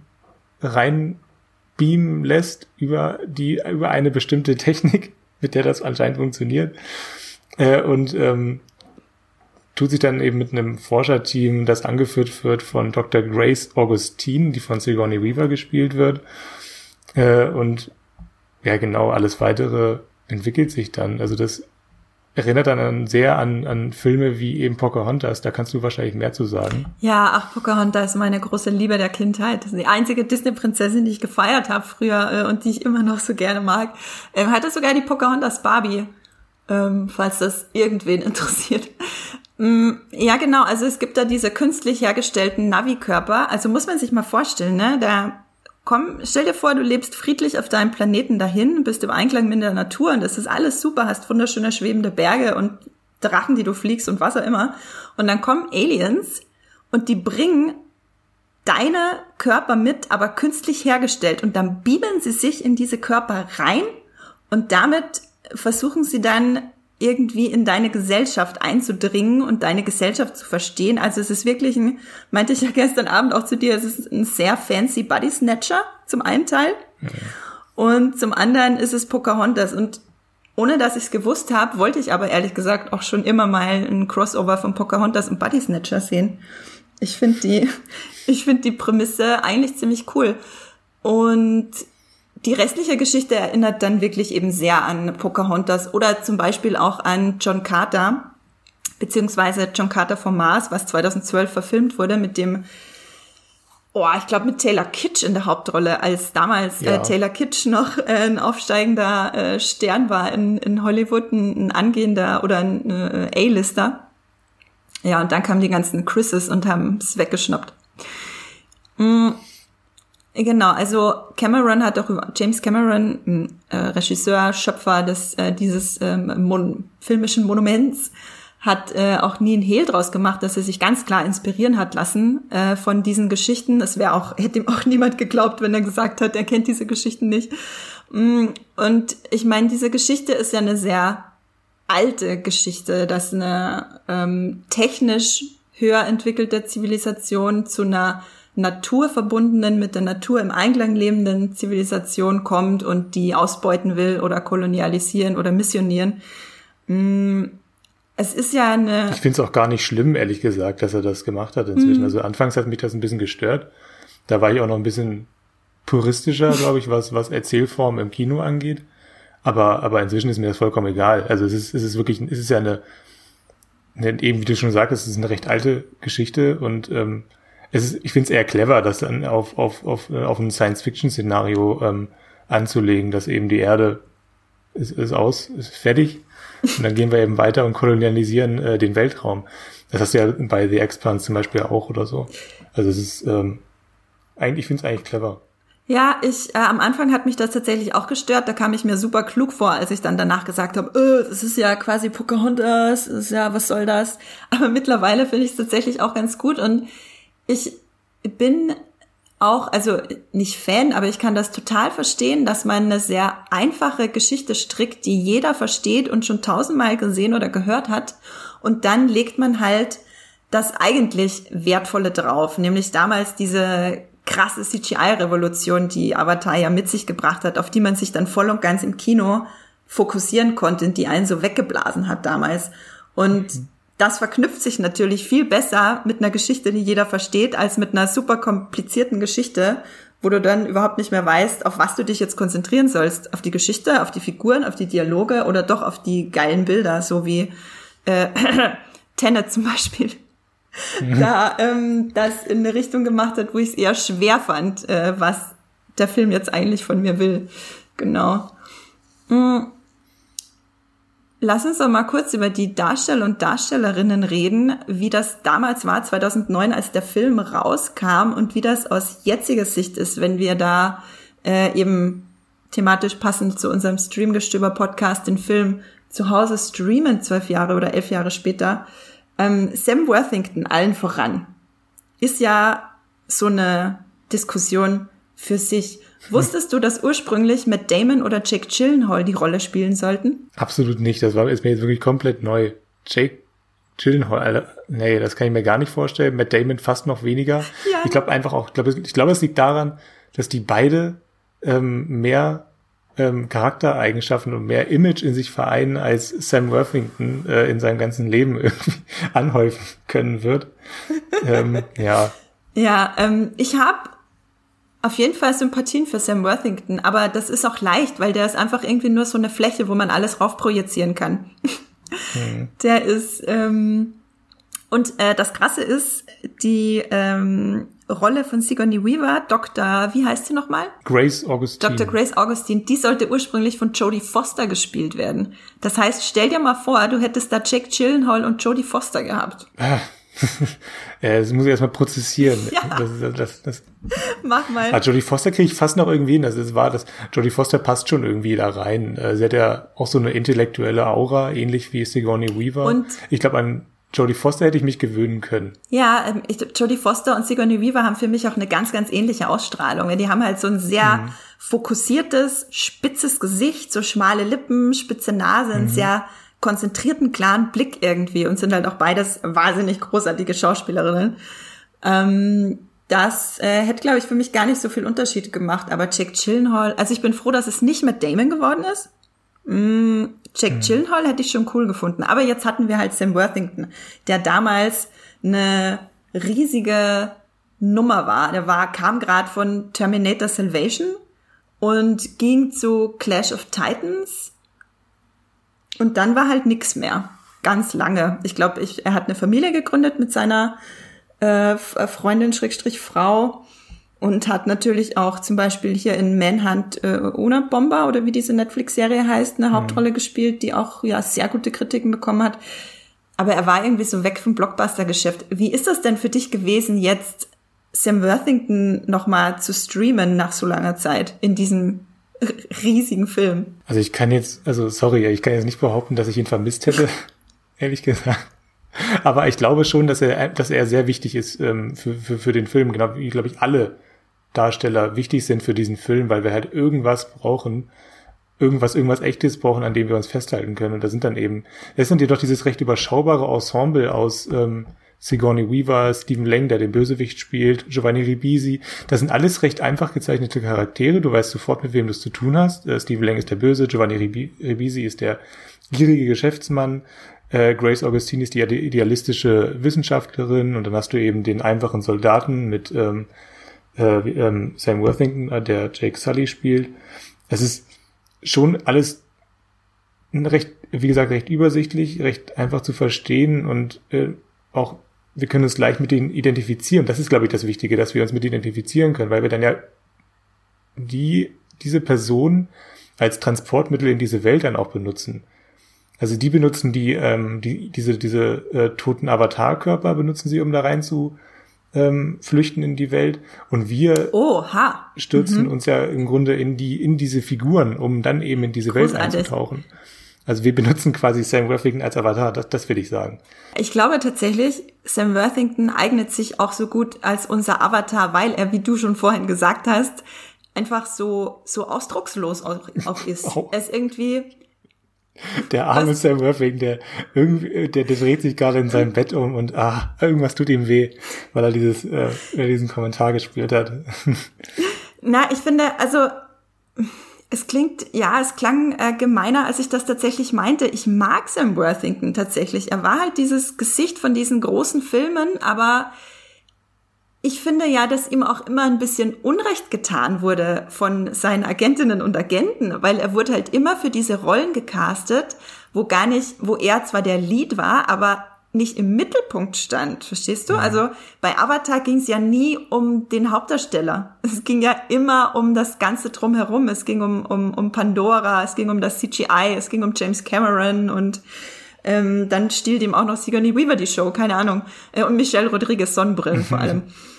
reinbeamen lässt über die über eine bestimmte Technik, mit der das anscheinend funktioniert. Äh, und ähm, tut sich dann eben mit einem Forscherteam, das angeführt wird von Doktor Grace Augustine, die von Sigourney Weaver gespielt wird. Äh, und ja, genau, alles Weitere entwickelt sich dann. Also das erinnert dann an, sehr an, an Filme wie eben Pocahontas. Da kannst du wahrscheinlich mehr zu sagen. Ja, ach, Pocahontas ist meine große Liebe der Kindheit. Das ist die einzige Disney-Prinzessin, die ich gefeiert habe früher äh, und die ich immer noch so gerne mag. Ähm, hatte sogar die Pocahontas Barbie, ähm, falls das irgendwen interessiert. Ähm, ja, genau. Also es gibt da diese künstlich hergestellten Navi-Körper. Also muss man sich mal vorstellen, ne? Da Komm, stell dir vor, du lebst friedlich auf deinem Planeten dahin, bist im Einklang mit der Natur und das ist alles super, hast wunderschöne schwebende Berge und Drachen, die du fliegst und was auch immer. Und dann kommen Aliens und die bringen deine Körper mit, aber künstlich hergestellt. Und dann beamen sie sich in diese Körper rein und damit versuchen sie dann irgendwie in deine Gesellschaft einzudringen und deine Gesellschaft zu verstehen. Also es ist wirklich ein, meinte ich ja gestern Abend auch zu dir, es ist ein sehr fancy Body Snatcher zum einen Teil. Mhm. Und zum anderen ist es Pocahontas. Und ohne dass ich es gewusst habe, wollte ich aber ehrlich gesagt auch schon immer mal ein Crossover von Pocahontas und Body Snatcher sehen. Ich finde die, ich finde die Prämisse eigentlich ziemlich cool. Und die restliche Geschichte erinnert dann wirklich eben sehr an Pocahontas oder zum Beispiel auch an John Carter, beziehungsweise John Carter vom Mars, was zweitausendzwölf verfilmt wurde mit dem, oh, ich glaube mit Taylor Kitsch in der Hauptrolle, als damals ja. äh, Taylor Kitsch noch äh, ein aufsteigender äh, Stern war in, in Hollywood, ein, ein angehender oder ein äh, A-Lister. Ja, und dann kamen die ganzen Chris's und haben es weggeschnappt. Mm, genau, also Cameron hat auch über, James Cameron, äh, Regisseur, Schöpfer des äh, dieses ähm, Mon- filmischen Monuments, hat äh, auch nie ein Hehl draus gemacht, dass er sich ganz klar inspirieren hat lassen äh, von diesen Geschichten. Es wäre auch, hätte ihm auch niemand geglaubt, wenn er gesagt hat, er kennt diese Geschichten nicht. Mm, und ich meine, diese Geschichte ist ja eine sehr alte Geschichte, dass eine ähm, technisch höher entwickelte Zivilisation zu einer naturverbundenen, mit der Natur im Einklang lebenden Zivilisation kommt und die ausbeuten will oder kolonialisieren oder missionieren. Es ist ja eine... Ich finde es auch gar nicht schlimm, ehrlich gesagt, dass er das gemacht hat inzwischen. Mm. Also anfangs hat mich das ein bisschen gestört. Da war ich auch noch ein bisschen puristischer, glaube ich, was, was Erzählform im Kino angeht. Aber, aber inzwischen ist mir das vollkommen egal. Also es ist, es ist wirklich, es ist ja eine, eine eben wie du schon sagst, es ist eine recht alte Geschichte und ähm, es ist, ich finde es eher clever, das dann auf auf auf auf ein Science-Fiction-Szenario ähm, anzulegen, dass eben die Erde ist, ist aus, ist fertig und dann gehen wir eben weiter und kolonialisieren äh, den Weltraum. Das hast du ja bei The Expanse zum Beispiel auch oder so. Also es ist ähm, eigentlich, ich finde es eigentlich clever. Ja, ich äh, am Anfang hat mich das tatsächlich auch gestört. Da kam ich mir super klug vor, als ich dann danach gesagt habe, äh, das ist ja quasi Pocahontas, das ist ja, was soll das? Aber mittlerweile finde ich es tatsächlich auch ganz gut und ich bin auch, also nicht Fan, aber ich kann das total verstehen, dass man eine sehr einfache Geschichte strickt, die jeder versteht und schon tausendmal gesehen oder gehört hat und dann legt man halt das eigentlich Wertvolle drauf, nämlich damals diese krasse C G I-Revolution, die Avatar ja mit sich gebracht hat, auf die man sich dann voll und ganz im Kino fokussieren konnte, die einen so weggeblasen hat damals. Und mhm. das verknüpft sich natürlich viel besser mit einer Geschichte, die jeder versteht, als mit einer super komplizierten Geschichte, wo du dann überhaupt nicht mehr weißt, auf was du dich jetzt konzentrieren sollst. Auf die Geschichte, auf die Figuren, auf die Dialoge oder doch auf die geilen Bilder, so wie äh, Tenet zum Beispiel. da ähm, das in eine Richtung gemacht hat, wo ich es eher schwer fand, äh, was der Film jetzt eigentlich von mir will. Genau. Mhm. Lass uns doch mal kurz über die Darsteller und Darstellerinnen reden, wie das damals war, zweitausendneun, als der Film rauskam und wie das aus jetziger Sicht ist, wenn wir da äh, eben thematisch passend zu unserem Streamgestöber-Podcast den Film zu Hause streamen, zwölf Jahre oder elf Jahre später. Ähm, Sam Worthington, allen voran, ist ja so eine Diskussion für sich. Wusstest du, dass ursprünglich Matt Damon oder Jake Gyllenhaal die Rolle spielen sollten? Absolut nicht, das war ist mir jetzt wirklich komplett neu. Jake Gyllenhaal, Alter, nee, das kann ich mir gar nicht vorstellen. Matt Damon fast noch weniger. Ja. Ich glaube einfach auch, ich glaube, ich glaube, es liegt daran, dass die beide ähm, mehr ähm, Charaktereigenschaften und mehr Image in sich vereinen, als Sam Worthington äh, in seinem ganzen Leben irgendwie anhäufen können wird. ähm, ja. Ja, ähm, ich habe auf jeden Fall Sympathien für Sam Worthington, aber das ist auch leicht, weil der ist einfach irgendwie nur so eine Fläche, wo man alles rauf projizieren kann. Mhm. Der ist, ähm, und äh, das Krasse ist, die ähm, Rolle von Sigourney Weaver, Doktor, wie heißt sie nochmal? Grace Augustine. Doktor Grace Augustine, die sollte ursprünglich von Jodie Foster gespielt werden. Das heißt, stell dir mal vor, du hättest da Jake Gyllenhaal und Jodie Foster gehabt. Ah. Ja, das muss ich erstmal prozessieren. Ja. Das, das, das, das. Mach mal. Ah, Jodie Foster kriege ich fast noch irgendwie hin. Das ist wahr, das Jodie Foster passt schon irgendwie da rein. Sie hat ja auch so eine intellektuelle Aura, ähnlich wie Sigourney Weaver. Und ich glaube, an Jodie Foster hätte ich mich gewöhnen können. Ja, ähm, ich, Jodie Foster und Sigourney Weaver haben für mich auch eine ganz, ganz ähnliche Ausstrahlung. Die haben halt so ein sehr mhm. fokussiertes, spitzes Gesicht, so schmale Lippen, spitze Nase, ein mhm. sehr konzentrierten, klaren Blick irgendwie und sind halt auch beides wahnsinnig großartige Schauspielerinnen. Ähm, das äh, hätte, glaube ich, für mich gar nicht so viel Unterschied gemacht. Aber Jake Gyllenhaal, also ich bin froh, dass es nicht Matt Damon geworden ist. Mm, Jake mhm. Gyllenhaal hätte ich schon cool gefunden. Aber jetzt hatten wir halt Sam Worthington, der damals eine riesige Nummer war. Der war kam gerade von Terminator Salvation und ging zu Clash of Titans. Und dann war halt nix mehr. Ganz lange. Ich glaube, ich, er hat eine Familie gegründet mit seiner äh, Freundin, Schrägstrich Frau. Und hat natürlich auch zum Beispiel hier in Manhunt äh, Una Bomber oder wie diese Netflix-Serie heißt, eine Hauptrolle mhm. gespielt, die auch ja sehr gute Kritiken bekommen hat. Aber er war irgendwie so weg vom Blockbuster-Geschäft. Wie ist das denn für dich gewesen, jetzt Sam Worthington nochmal zu streamen nach so langer Zeit in diesem riesigen Film? Also ich kann jetzt, also sorry, ich kann jetzt nicht behaupten, dass ich ihn vermisst hätte, ehrlich gesagt. Aber ich glaube schon, dass er, dass er sehr wichtig ist ähm, für, für, für den Film, genau wie, glaube ich, alle Darsteller wichtig sind für diesen Film, weil wir halt irgendwas brauchen, irgendwas, irgendwas Echtes brauchen, an dem wir uns festhalten können. Und da sind dann eben, es sind jedoch dieses recht überschaubare Ensemble aus ähm, Sigourney Weaver, Stephen Lang, der den Bösewicht spielt, Giovanni Ribisi. Das sind alles recht einfach gezeichnete Charaktere. Du weißt sofort, mit wem du es zu tun hast. Äh, Stephen Lang ist der Böse, Giovanni Ribisi ist der gierige Geschäftsmann. Äh, Grace Augustine ist die idealistische Wissenschaftlerin. Und dann hast du eben den einfachen Soldaten mit ähm, äh, ähm, Sam Worthington, äh, der Jake Sully spielt. Es ist schon alles recht, wie gesagt, recht übersichtlich, recht einfach zu verstehen und äh, auch, wir können uns gleich mit denen identifizieren. Das ist, glaube ich, das Wichtige, dass wir uns mit identifizieren können, weil wir dann ja die, diese Person als Transportmittel in diese Welt dann auch benutzen. Also die benutzen die, ähm, die diese diese äh, toten Avatarkörper benutzen sie, um da rein zu ähm, flüchten in die Welt. Und wir Oha. stürzen mhm. uns ja im Grunde in die in diese Figuren, um dann eben in diese Großartig. Welt einzutauchen. Also wir benutzen quasi Sam Worthington als Avatar, das, das will ich sagen. Ich glaube tatsächlich, Sam Worthington eignet sich auch so gut als unser Avatar, weil er, wie du schon vorhin gesagt hast, einfach so so ausdruckslos auch, auch ist. Oh. Er ist irgendwie... Der arme Was? Sam Worthington, der irgendwie, der, der dreht sich gerade in seinem Bett um und ah, irgendwas tut ihm weh, weil er dieses, äh, weil er diesen Kommentar gespielt hat. Na, ich finde, also es klingt, ja, es klang äh, gemeiner, als ich das tatsächlich meinte. Ich mag Sam Worthington tatsächlich. Er war halt dieses Gesicht von diesen großen Filmen, aber ich finde ja, dass ihm auch immer ein bisschen Unrecht getan wurde von seinen Agentinnen und Agenten, weil er wurde halt immer für diese Rollen gecastet, wo gar nicht, wo er zwar der Lead war, aber nicht im Mittelpunkt stand, verstehst du? Ja. Also bei Avatar ging es ja nie um den Hauptdarsteller. Es ging ja immer um das Ganze drumherum. Es ging um, um, um Pandora, es ging um das C G I, es ging um James Cameron und ähm, dann stiehlt ihm auch noch Sigourney Weaver die Show, keine Ahnung. Äh, und Michelle Rodriguez Sonnenbrillen vor allem.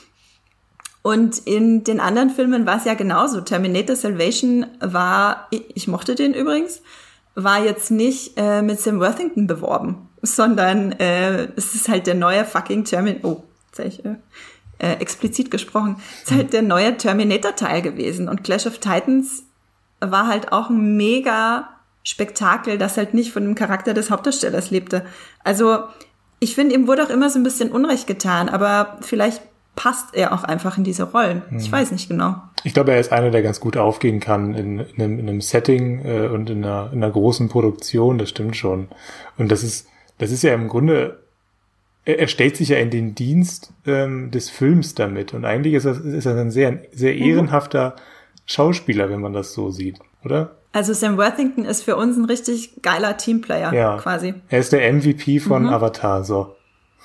Und in den anderen Filmen war es ja genauso. Terminator Salvation war, ich mochte den übrigens, war jetzt nicht äh, mit Sam Worthington beworben, sondern äh, es ist halt der neue fucking Terminator, oh, jetzt hab ich äh, äh, explizit gesprochen, es ist halt der neue Terminator-Teil gewesen. Und Clash of Titans war halt auch ein mega Spektakel, das halt nicht von dem Charakter des Hauptdarstellers lebte. Also ich finde, ihm wurde auch immer so ein bisschen Unrecht getan, aber vielleicht passt er auch einfach in diese Rollen. Hm. Ich weiß nicht genau. Ich glaube, er ist einer, der ganz gut aufgehen kann in, in, einem, in einem Setting äh, und in einer, in einer großen Produktion, das stimmt schon. Und das ist, das ist ja im Grunde, er, er stellt sich ja in den Dienst ähm, des Films damit. Und eigentlich ist er, ist er ein sehr, sehr ehrenhafter mhm. Schauspieler, wenn man das so sieht, oder? Also Sam Worthington ist für uns ein richtig geiler Teamplayer, ja, quasi. Er ist der M V P von mhm. Avatar, so.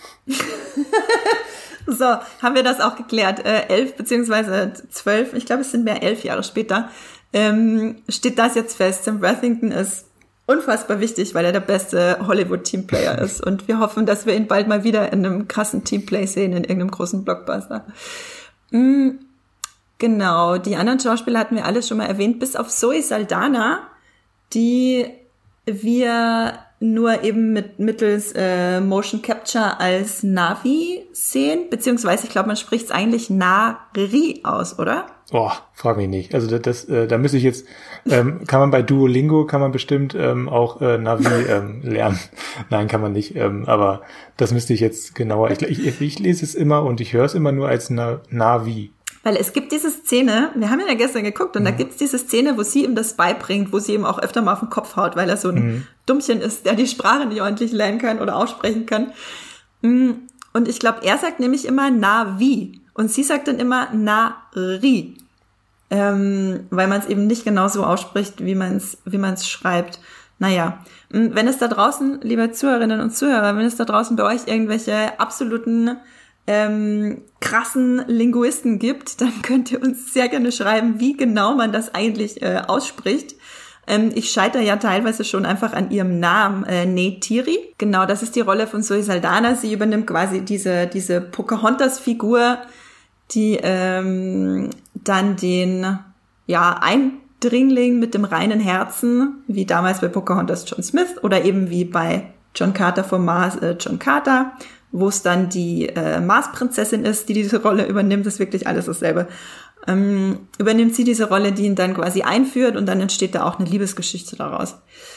So, haben wir das auch geklärt. Äh, elf beziehungsweise zwölf, ich glaube, es sind mehr elf Jahre später, ähm, steht das jetzt fest. Sam Worthington ist unfassbar wichtig, weil er der beste Hollywood-Teamplayer ist. Und wir hoffen, dass wir ihn bald mal wieder in einem krassen Teamplay sehen, in irgendeinem großen Blockbuster. Mhm, genau, die anderen Schauspieler hatten wir alle schon mal erwähnt, bis auf Zoe Saldana, die wir nur eben mit mittels äh, Motion Capture als Navi sehen, beziehungsweise ich glaube, man spricht es eigentlich Nari aus, oder? Boah, frag mich nicht. Also das, das äh, da müsste ich jetzt, ähm, kann man bei Duolingo, kann man bestimmt ähm, auch äh, Navi ähm, lernen. Nein, kann man nicht. Ähm, aber das müsste ich jetzt genauer. Ich, ich, ich lese es immer und ich höre es immer nur als Na, Navi. Weil es gibt diese Szene, wir haben ja gestern geguckt und mhm. da gibt's diese Szene, wo sie ihm das beibringt, wo sie ihm auch öfter mal auf den Kopf haut, weil er so ein mhm. Dummchen ist, der die Sprache nicht ordentlich lernen kann oder aussprechen kann. Und ich glaube, er sagt nämlich immer Navi und sie sagt dann immer Nari, ähm, weil man es eben nicht genau so ausspricht, wie man es wie man es schreibt. Naja, wenn es da draußen, liebe Zuhörerinnen und Zuhörer, wenn es da draußen bei euch irgendwelche absoluten ähm, krassen Linguisten gibt, dann könnt ihr uns sehr gerne schreiben, wie genau man das eigentlich äh, ausspricht. Ähm, ich scheitere ja teilweise schon einfach an ihrem Namen, äh, Neytiri. Genau, das ist die Rolle von Zoe Saldana. Sie übernimmt quasi diese diese Pocahontas-Figur, die ähm, dann den ja Eindringling mit dem reinen Herzen, wie damals bei Pocahontas John Smith oder eben wie bei John Carter vom Mars äh, John Carter, wo es dann die äh, Marsprinzessin ist, die diese Rolle übernimmt, ist wirklich alles dasselbe. Ähm, übernimmt sie diese Rolle, die ihn dann quasi einführt und dann entsteht da auch eine Liebesgeschichte daraus.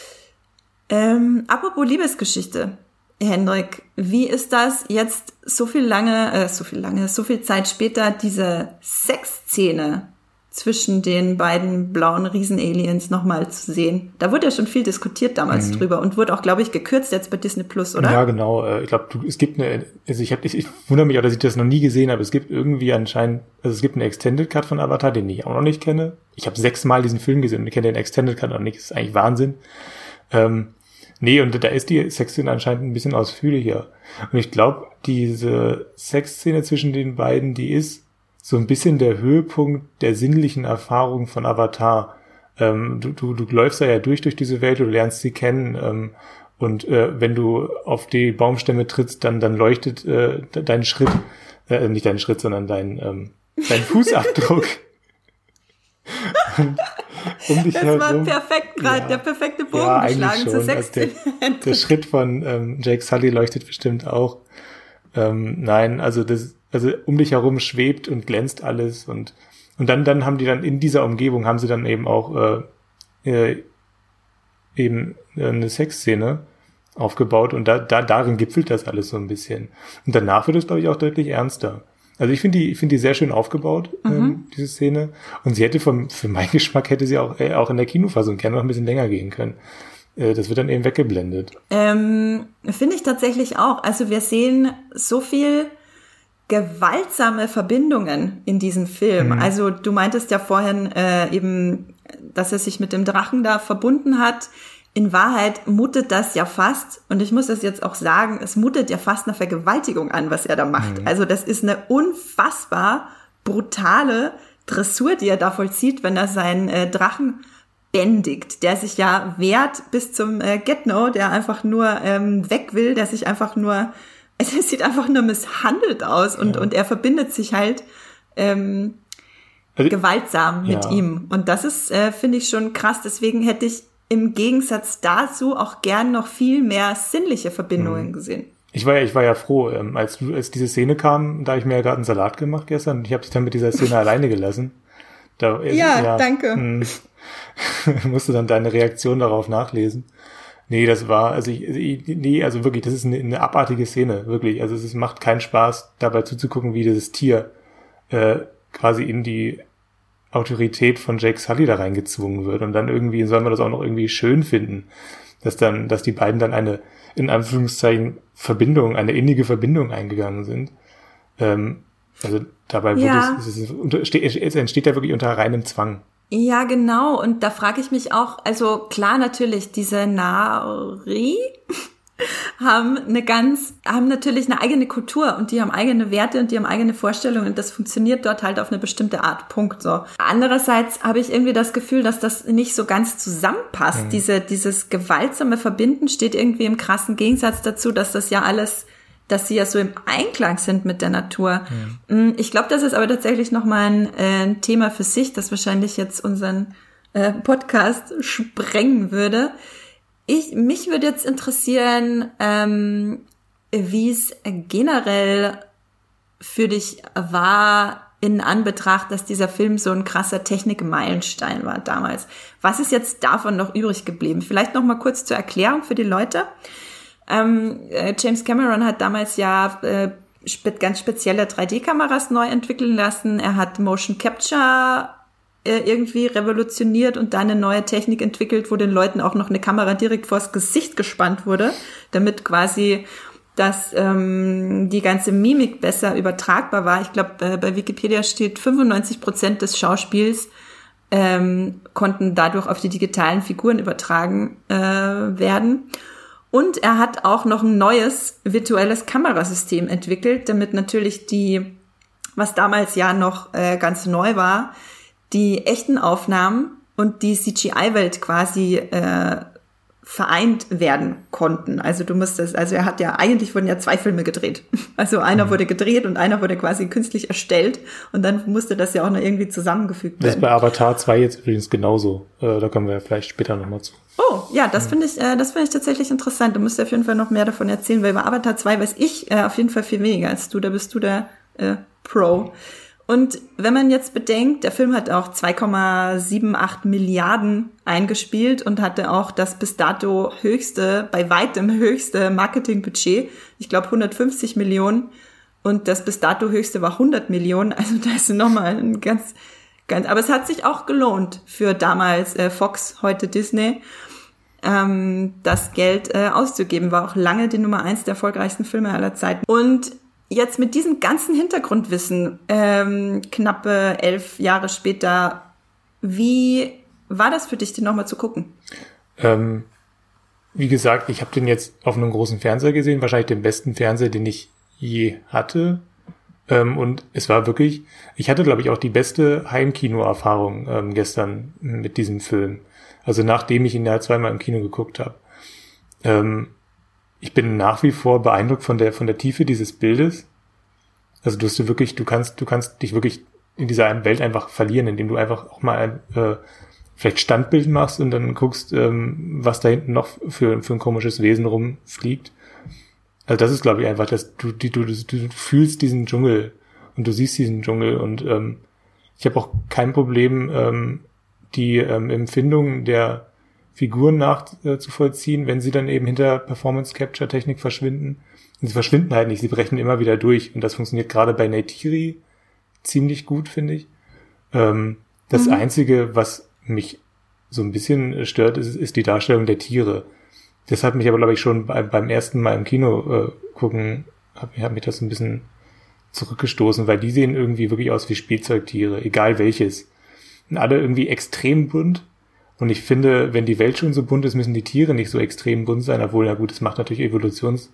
Ähm, apropos Liebesgeschichte, Hendrik, wie ist das jetzt so viel lange, äh, so viel lange, so viel Zeit später, diese Sexszene zwischen den beiden blauen Riesen-Aliens nochmal zu sehen? Da wurde ja schon viel diskutiert damals mhm. drüber und wurde auch, glaube ich, gekürzt jetzt bei Disney Plus, oder? Ja, genau. Ich glaube, es gibt eine, also ich habe, ich, ich wundere mich auch, dass ich das noch nie gesehen habe. Es gibt irgendwie anscheinend, also es gibt einen Extended Cut von Avatar, den ich auch noch nicht kenne. Ich habe sechsmal diesen Film gesehen und ich kenne den Extended Cut noch nicht. Das ist eigentlich Wahnsinn. Ähm, nee, und da ist die Sexszene anscheinend ein bisschen ausführlicher. Und ich glaube, diese Sexszene zwischen den beiden, die ist so ein bisschen der Höhepunkt der sinnlichen Erfahrung von Avatar. Ähm, du, du, du läufst da ja durch, durch diese Welt, du lernst sie kennen, ähm, und äh, wenn du auf die Baumstämme trittst, dann, dann leuchtet äh, dein Schritt, äh, nicht dein Schritt, sondern dein, ähm, dein Fußabdruck. um dich das herum. war perfekt gerade, ja, der perfekte Bogen ja, geschlagen zur Sexszene. Also der, der Schritt von ähm, Jake Sully leuchtet bestimmt auch. Ähm, nein, also das, also um dich herum schwebt und glänzt alles und und dann dann haben die dann in dieser Umgebung haben sie dann eben auch äh, äh, eben eine Sexszene aufgebaut und da da darin gipfelt das alles so ein bisschen und danach wird es, glaube ich, auch deutlich ernster. Also ich finde die ich finde die sehr schön aufgebaut, mhm. ähm, diese Szene, und sie hätte vom für meinen Geschmack hätte sie auch äh, auch in der Kinofassung gerne noch ein bisschen länger gehen können. Das wird dann eben weggeblendet. Ähm, finde ich tatsächlich auch. Also wir sehen so viel gewaltsame Verbindungen in diesem Film. Mhm. Also du meintest ja vorhin äh, eben, dass er sich mit dem Drachen da verbunden hat. In Wahrheit mutet das ja fast, und ich muss das jetzt auch sagen, es mutet ja fast eine Vergewaltigung an, was er da macht. Mhm. Also das ist eine unfassbar brutale Dressur, die er da vollzieht, wenn er seinen äh, Drachen bändigt, der sich ja wehrt bis zum äh, Get-No, der einfach nur ähm, weg will, der sich einfach nur, also es sieht einfach nur misshandelt aus und, ja. und er verbindet sich halt ähm, also, gewaltsam mit ja. ihm. Und das ist, äh, finde ich, schon krass. Deswegen hätte ich im Gegensatz dazu auch gern noch viel mehr sinnliche Verbindungen mhm. gesehen. Ich war ja, ich war ja froh, ähm, als, als diese Szene kam, da habe ich mir ja gerade einen Salat gemacht gestern und ich habe dich dann mit dieser Szene alleine gelassen. Da, ja, ja, danke. Mh, musste dann deine Reaktion darauf nachlesen. Nee, das war, also ich, nee, also wirklich, das ist eine, eine abartige Szene, wirklich. Also es ist, macht keinen Spaß, dabei zuzugucken, wie dieses Tier äh, quasi in die Autorität von Jake Sully da reingezwungen wird. Und dann irgendwie soll man das auch noch irgendwie schön finden, dass dann, dass die beiden dann eine, in Anführungszeichen, Verbindung, eine innige Verbindung eingegangen sind. Ähm, also dabei wird ja. es, es, ist, es entsteht ja wirklich unter reinem Zwang. Ja, genau. Und da frage ich mich auch, also klar, natürlich, diese Nari haben eine ganz, haben natürlich eine eigene Kultur und die haben eigene Werte und die haben eigene Vorstellungen und das funktioniert dort halt auf eine bestimmte Art, Punkt, so. Andererseits habe ich irgendwie das Gefühl, dass das nicht so ganz zusammenpasst. Mhm. Diese, dieses gewaltsame Verbinden steht irgendwie im krassen Gegensatz dazu, dass das ja alles, dass sie ja so im Einklang sind mit der Natur. Mhm. Ich glaube, das ist aber tatsächlich nochmal ein äh, Thema für sich, das wahrscheinlich jetzt unseren äh, Podcast sprengen würde. Ich, mich würde jetzt interessieren, ähm, wie es generell für dich war, in Anbetracht, dass dieser Film so ein krasser Technikmeilenstein war damals. Was ist jetzt davon noch übrig geblieben? Vielleicht noch mal kurz zur Erklärung für die Leute. Ähm, äh, James Cameron hat damals ja äh, spe- ganz spezielle drei D-Kameras neu entwickeln lassen. Er hat Motion Capture äh, irgendwie revolutioniert und dann eine neue Technik entwickelt, wo den Leuten auch noch eine Kamera direkt vors Gesicht gespannt wurde, damit quasi dass ähm, die ganze Mimik besser übertragbar war. Ich glaube, äh, bei Wikipedia steht, fünfundneunzig Prozent des Schauspiels ähm, konnten dadurch auf die digitalen Figuren übertragen äh, werden. Und er hat auch noch ein neues virtuelles Kamerasystem entwickelt, damit natürlich die, was damals ja noch äh, ganz neu war, die echten Aufnahmen und die C G I-Welt quasi äh, vereint werden konnten. Also du musstest, also er hat ja, eigentlich wurden ja zwei Filme gedreht. Also einer mhm. wurde gedreht und einer wurde quasi künstlich erstellt und dann musste das ja auch noch irgendwie zusammengefügt werden. Das ist bei Avatar zwei jetzt übrigens genauso. Äh, da kommen wir vielleicht später nochmal zu. Oh, ja, das mhm. finde ich, äh, das finde ich tatsächlich interessant. Du musst auf jeden Fall noch mehr davon erzählen, weil bei Avatar zwei weiß ich äh, auf jeden Fall viel weniger als du. Da bist du der äh, Pro. Und wenn man jetzt bedenkt, der Film hat auch zwei Komma achtundsiebzig Milliarden eingespielt und hatte auch das bis dato höchste, bei weitem höchste Marketingbudget. Ich glaube hundertfünfzig Millionen. Und das bis dato höchste war hundert Millionen. Also da ist nochmal ein ganz, ganz, aber es hat sich auch gelohnt für damals äh, Fox, heute Disney, ähm, das Geld äh, auszugeben. War auch lange die Nummer eins der erfolgreichsten Filme aller Zeiten. Und jetzt mit diesem ganzen Hintergrundwissen, ähm, knappe elf Jahre später, wie war das für dich, den nochmal zu gucken? Ähm, wie gesagt, ich habe den jetzt auf einem großen Fernseher gesehen, wahrscheinlich den besten Fernseher, den ich je hatte. Ähm, und es war wirklich, ich hatte, glaube ich, auch die beste Heimkino-Erfahrung ähm, gestern mit diesem Film. Also nachdem ich ihn ja zweimal im Kino geguckt habe. Ähm, Ich bin nach wie vor beeindruckt von der von der Tiefe dieses Bildes. Also du hast du wirklich, du kannst du kannst dich wirklich in dieser Welt einfach verlieren, indem du einfach auch mal ein äh, vielleicht Standbild machst und dann guckst, ähm, was da hinten noch für für ein komisches Wesen rumfliegt. Also das ist, glaube ich, einfach, dass du die du, du fühlst diesen Dschungel und du siehst diesen Dschungel und ähm, ich habe auch kein Problem, ähm, die ähm, Empfindung der Figuren nachzuvollziehen, wenn sie dann eben hinter Performance-Capture-Technik verschwinden. Und sie verschwinden halt nicht, sie brechen immer wieder durch. Und das funktioniert gerade bei Neytiri ziemlich gut, finde ich. Ähm, das mhm. Einzige, was mich so ein bisschen stört, ist, ist die Darstellung der Tiere. Das hat mich aber, glaube ich, schon bei, beim ersten Mal im Kino äh, gucken, hat, hat mich das ein bisschen zurückgestoßen, weil die sehen irgendwie wirklich aus wie Spielzeugtiere, egal welches. Und alle irgendwie extrem bunt. Und ich finde, wenn die Welt schon so bunt ist, müssen die Tiere nicht so extrem bunt sein, obwohl, na gut, das macht natürlich evolutionstechnisch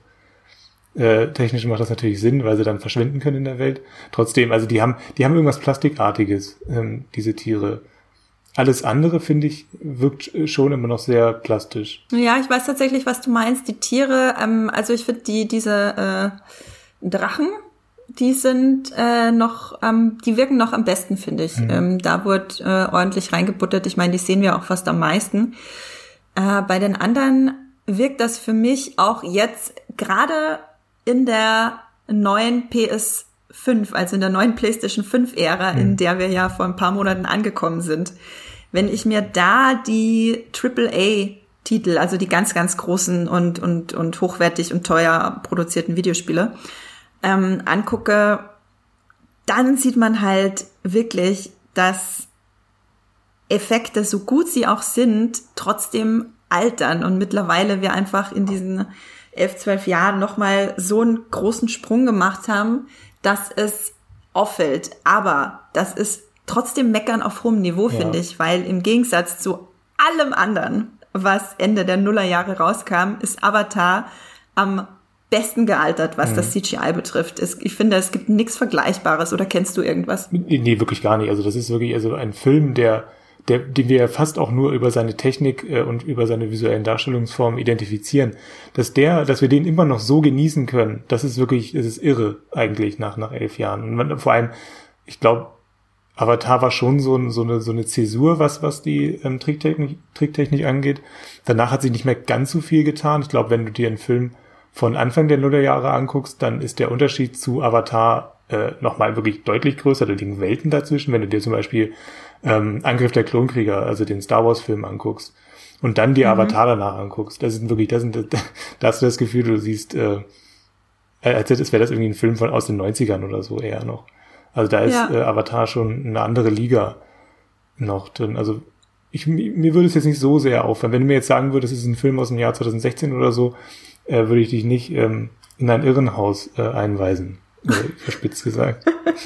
macht das natürlich Sinn, weil sie dann verschwinden können in der Welt. Trotzdem, also die haben, die haben irgendwas Plastikartiges, ähm, diese Tiere. Alles andere, finde ich, wirkt schon immer noch sehr plastisch. Ja, ich weiß tatsächlich, was du meinst. Die Tiere, ähm, also ich finde die, diese äh, Drachen, die sind äh, noch, ähm, die wirken noch am besten, finde ich. Mhm. Ähm, da wird äh, ordentlich reingebuttert. Ich meine, die sehen wir auch fast am meisten. Äh, bei den anderen wirkt das für mich auch jetzt gerade in der neuen P S fünf, also in der neuen PlayStation fünf Ära, mhm. in der wir ja vor ein paar Monaten angekommen sind. Wenn ich mir da die Triple A Titel, also die ganz, ganz großen und und und hochwertig und teuer produzierten Videospiele ähm, angucke, dann sieht man halt wirklich, dass Effekte, so gut sie auch sind, trotzdem altern und mittlerweile wir einfach in diesen elf, zwölf Jahren nochmal so einen großen Sprung gemacht haben, dass es auffällt. Aber das ist trotzdem Meckern auf hohem Niveau, ja. finde ich, weil im Gegensatz zu allem anderen, was Ende der Nullerjahre rauskam, ist Avatar am besten gealtert, was mhm. das C G I betrifft. Es, ich finde, es gibt nichts Vergleichbares. Oder kennst du irgendwas? Nee, wirklich gar nicht. Also das ist wirklich also ein Film, der, der, den wir fast auch nur über seine Technik äh, und über seine visuellen Darstellungsformen identifizieren. Dass der, dass wir den immer noch so genießen können, das ist wirklich, das ist irre eigentlich nach nach elf Jahren. Und man, vor allem, ich glaube, Avatar war schon so, so eine so eine Zäsur, was was die ähm, Tricktechnik, Tricktechnik angeht. Danach hat sich nicht mehr ganz so viel getan. Ich glaube, wenn du dir einen Film von Anfang der Nullerjahre anguckst, dann ist der Unterschied zu Avatar äh, nochmal wirklich deutlich größer. Da liegen Welten dazwischen. Wenn du dir zum Beispiel ähm, Angriff der Klonkrieger, also den Star Wars Film anguckst und dann die mhm. Avatar danach anguckst, das sind wirklich, das sind, da hast du das Gefühl, du siehst, äh, als wäre das irgendwie ein Film von aus den neunzigern oder so eher noch. Also da ist ja. äh, Avatar schon eine andere Liga noch drin. Also ich, mir würde es jetzt nicht so sehr auffallen. Wenn du mir jetzt sagen würdest, es ist ein Film aus dem Jahr zwanzig sechzehn oder so, äh, würde ich dich nicht ähm, in ein Irrenhaus äh, einweisen. Oder verspitzt gesagt.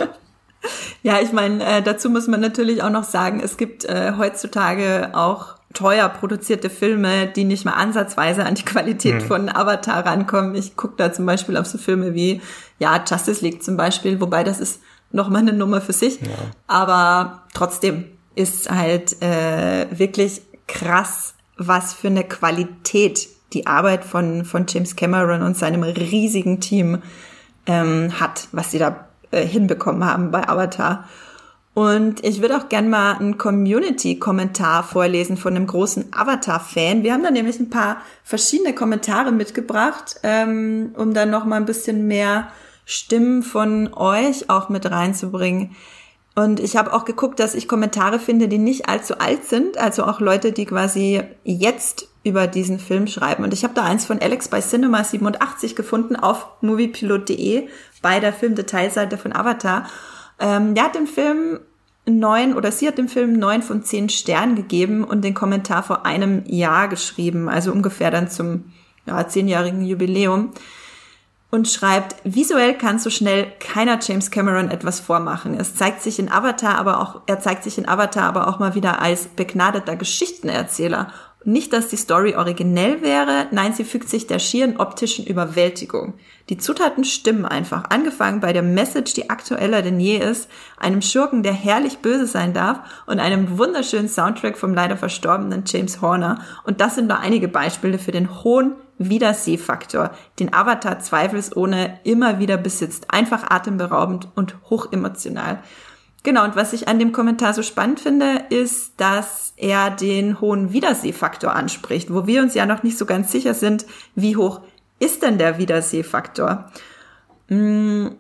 Ja, ich meine, äh, dazu muss man natürlich auch noch sagen, es gibt äh, heutzutage auch teuer produzierte Filme, die nicht mal ansatzweise an die Qualität hm. von Avatar rankommen. Ich gucke da zum Beispiel auf so Filme wie, ja, Justice League zum Beispiel, wobei das ist nochmal eine Nummer für sich. Ja. Aber trotzdem ist halt äh, wirklich krass, was für eine Qualität die Arbeit von von James Cameron und seinem riesigen Team ähm, hat, was sie da äh, hinbekommen haben bei Avatar. Und ich würde auch gern mal einen Community-Kommentar vorlesen von einem großen Avatar-Fan. Wir haben da nämlich ein paar verschiedene Kommentare mitgebracht, ähm, um dann noch mal ein bisschen mehr Stimmen von euch auch mit reinzubringen. Und ich habe auch geguckt, dass ich Kommentare finde, die nicht allzu alt sind, also auch Leute, die quasi jetzt über diesen Film schreiben. Und ich habe da eins von Alex bei Cinema siebenundachtzig gefunden auf moviepilot punkt de bei der Filmdetailseite von Avatar. Ähm, der hat dem Film neun oder sie hat dem Film neun von zehn Sternen gegeben und den Kommentar vor einem Jahr geschrieben, also ungefähr dann zum ja, zehnjährigen Jubiläum. Und schreibt, visuell kann so schnell keiner James Cameron etwas vormachen. Es zeigt sich in Avatar, aber auch, er zeigt sich in Avatar aber auch mal wieder als begnadeter Geschichtenerzähler. Nicht, dass die Story originell wäre, nein, sie fügt sich der schieren optischen Überwältigung. Die Zutaten stimmen einfach, angefangen bei der Message, die aktueller denn je ist, einem Schurken, der herrlich böse sein darf und einem wunderschönen Soundtrack vom leider verstorbenen James Horner. Und das sind nur einige Beispiele für den hohen Wiedersehfaktor, den Avatar zweifelsohne immer wieder besitzt. Einfach atemberaubend und hochemotional. Genau, und was ich an dem Kommentar so spannend finde, ist, dass er den hohen Wiedersehfaktor anspricht, wo wir uns ja noch nicht so ganz sicher sind, wie hoch ist denn der Wiedersehfaktor? Hm,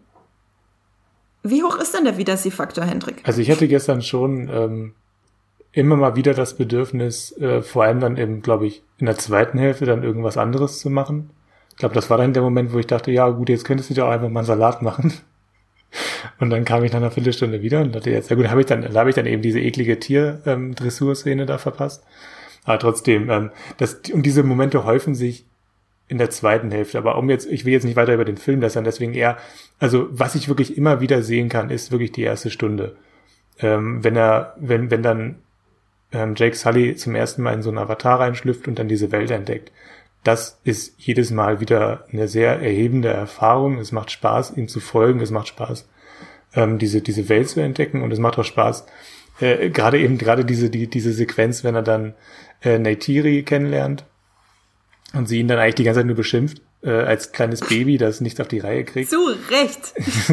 wie hoch ist denn der Wiedersehfaktor, Hendrik? Also ich hatte gestern schon ähm, immer mal wieder das Bedürfnis, äh, vor allem dann eben, glaube ich, in der zweiten Hälfte dann irgendwas anderes zu machen. Ich glaube, das war dann der Moment, wo ich dachte, ja gut, jetzt könntest du dir auch einfach mal einen Salat machen. Und dann kam ich nach einer Viertelstunde wieder und dachte, jetzt, ja gut, habe ich dann, da habe ich dann eben diese eklige Tier-Dressur-Szene ähm, da verpasst. Aber trotzdem, ähm, das, und diese Momente häufen sich in der zweiten Hälfte. Aber um jetzt, ich will jetzt nicht weiter über den Film lästern, deswegen eher, also was ich wirklich immer wieder sehen kann, ist wirklich die erste Stunde. Ähm, wenn er, wenn, wenn dann ähm, Jake Sully zum ersten Mal in so einen Avatar reinschlüpft und dann diese Welt entdeckt. Das ist jedes Mal wieder eine sehr erhebende Erfahrung. Es macht Spaß, ihm zu folgen. Es macht Spaß, ähm, diese diese Welt zu entdecken. Und es macht auch Spaß, äh, gerade eben gerade diese die diese Sequenz, wenn er dann äh, Neytiri kennenlernt und sie ihn dann eigentlich die ganze Zeit nur beschimpft äh, als kleines Baby, das nichts auf die Reihe kriegt. Zu Recht.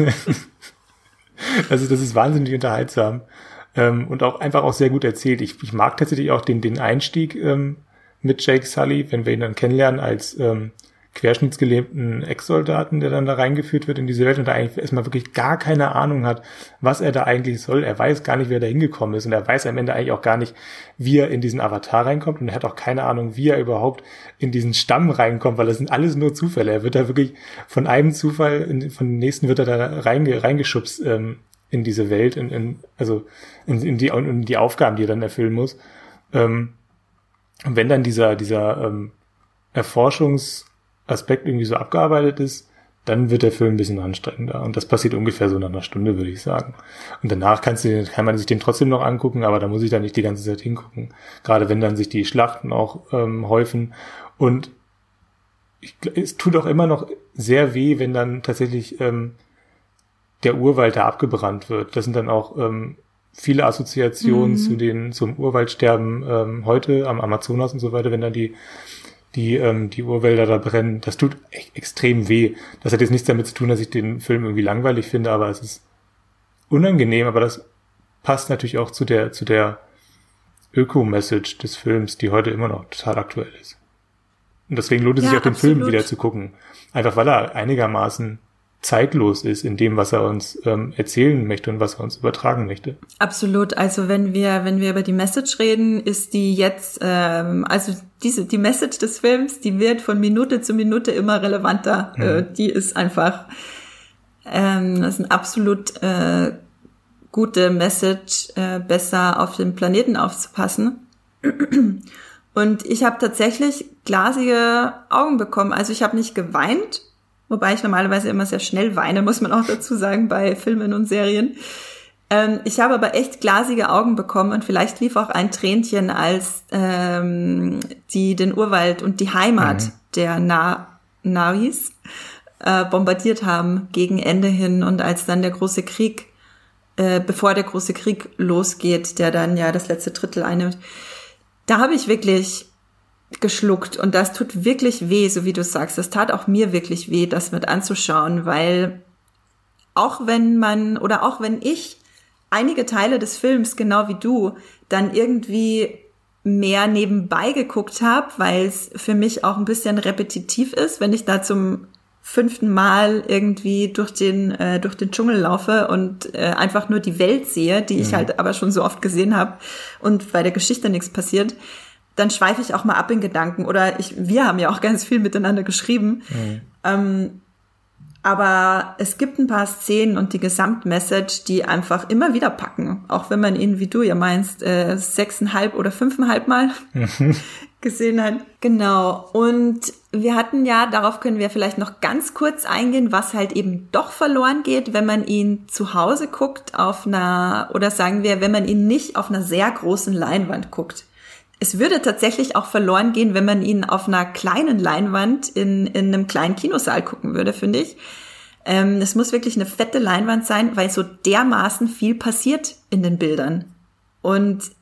Also das ist wahnsinnig unterhaltsam ähm, und auch einfach auch sehr gut erzählt. Ich, ich mag tatsächlich auch den den Einstieg ähm, mit Jake Sully, wenn wir ihn dann kennenlernen als ähm, querschnittsgelähmten Ex-Soldaten, der dann da reingeführt wird in diese Welt und da eigentlich erstmal wirklich gar keine Ahnung hat, was er da eigentlich soll. Er weiß gar nicht, wie er da hingekommen ist und er weiß am Ende eigentlich auch gar nicht, wie er in diesen Avatar reinkommt und er hat auch keine Ahnung, wie er überhaupt in diesen Stamm reinkommt, weil das sind alles nur Zufälle. Er wird da wirklich von einem Zufall, in, von dem nächsten wird er da reinge, reingeschubst ähm, in diese Welt, in, in, also in, in, die, in die Aufgaben, die er dann erfüllen muss. Ähm, Und wenn dann dieser dieser ähm, Erforschungsaspekt irgendwie so abgearbeitet ist, dann wird der Film ein bisschen anstrengender. Und das passiert ungefähr so nach einer Stunde, würde ich sagen. Und danach kannst du, kann man sich den trotzdem noch angucken, aber da muss ich dann nicht die ganze Zeit hingucken. Gerade wenn dann sich die Schlachten auch ähm, häufen. Und ich, es tut auch immer noch sehr weh, wenn dann tatsächlich ähm, der Urwald da abgebrannt wird. Das sind dann auch ähm, viele Assoziationen mhm. zu den zum Urwaldsterben ähm, heute am Amazonas und so weiter, wenn dann die die ähm, die Urwälder da brennen. Das tut echt extrem weh. Das hat jetzt nichts damit zu tun, dass ich den Film irgendwie langweilig finde, aber es ist unangenehm. Aber das passt natürlich auch zu der, zu der Öko-Message des Films, die heute immer noch total aktuell ist. Und deswegen lohnt es sich Ja, auch, den absolut. Film wieder zu gucken. Einfach weil er einigermaßen zeitlos ist in dem, was er uns ähm, erzählen möchte und was er uns übertragen möchte. Absolut. Also wenn wir wenn wir über die Message reden, ist die jetzt ähm, also diese die Message des Films, die wird von Minute zu Minute immer relevanter. Mhm. Äh, die ist einfach ähm, das ist eine absolut äh, gute Message, äh, besser auf den Planeten aufzupassen. Und ich habe tatsächlich glasige Augen bekommen. Also ich habe nicht geweint. Wobei ich normalerweise immer sehr schnell weine, muss man auch dazu sagen, bei Filmen und Serien. Ähm, ich habe aber echt glasige Augen bekommen und vielleicht lief auch ein Tränchen, als ähm, die den Urwald und die Heimat mhm. der Na- Navis äh, bombardiert haben gegen Ende hin und als dann der große Krieg, äh, bevor der große Krieg losgeht, der dann ja das letzte Drittel einnimmt, da habe ich wirklich geschluckt und das tut wirklich weh, so wie du sagst. Das tat auch mir wirklich weh, das mit anzuschauen, weil auch wenn man oder auch wenn ich einige Teile des Films, genau wie du, dann irgendwie mehr nebenbei geguckt habe, weil es für mich auch ein bisschen repetitiv ist, wenn ich da zum fünften Mal irgendwie durch den äh, durch den Dschungel laufe und äh, einfach nur die Welt sehe, die ich mhm. halt aber schon so oft gesehen habe und bei der Geschichte nichts passiert. Dann schweife ich auch mal ab in Gedanken. Oder ich, wir haben ja auch ganz viel miteinander geschrieben. Mhm. Ähm, aber es gibt ein paar Szenen und die Gesamtmessage, die einfach immer wieder packen. Auch wenn man ihn, wie du ja meinst, äh, sechseinhalb oder fünfeinhalb Mal mhm. gesehen hat. Genau. Und wir hatten ja, darauf können wir vielleicht noch ganz kurz eingehen, was halt eben doch verloren geht, wenn man ihn zu Hause guckt auf einer, oder sagen wir, wenn man ihn nicht auf einer sehr großen Leinwand guckt. Es würde tatsächlich auch verloren gehen, wenn man ihn auf einer kleinen Leinwand in, in einem kleinen Kinosaal gucken würde, finde ich. Ähm, es muss wirklich eine fette Leinwand sein, weil so dermaßen viel passiert in den Bildern. Und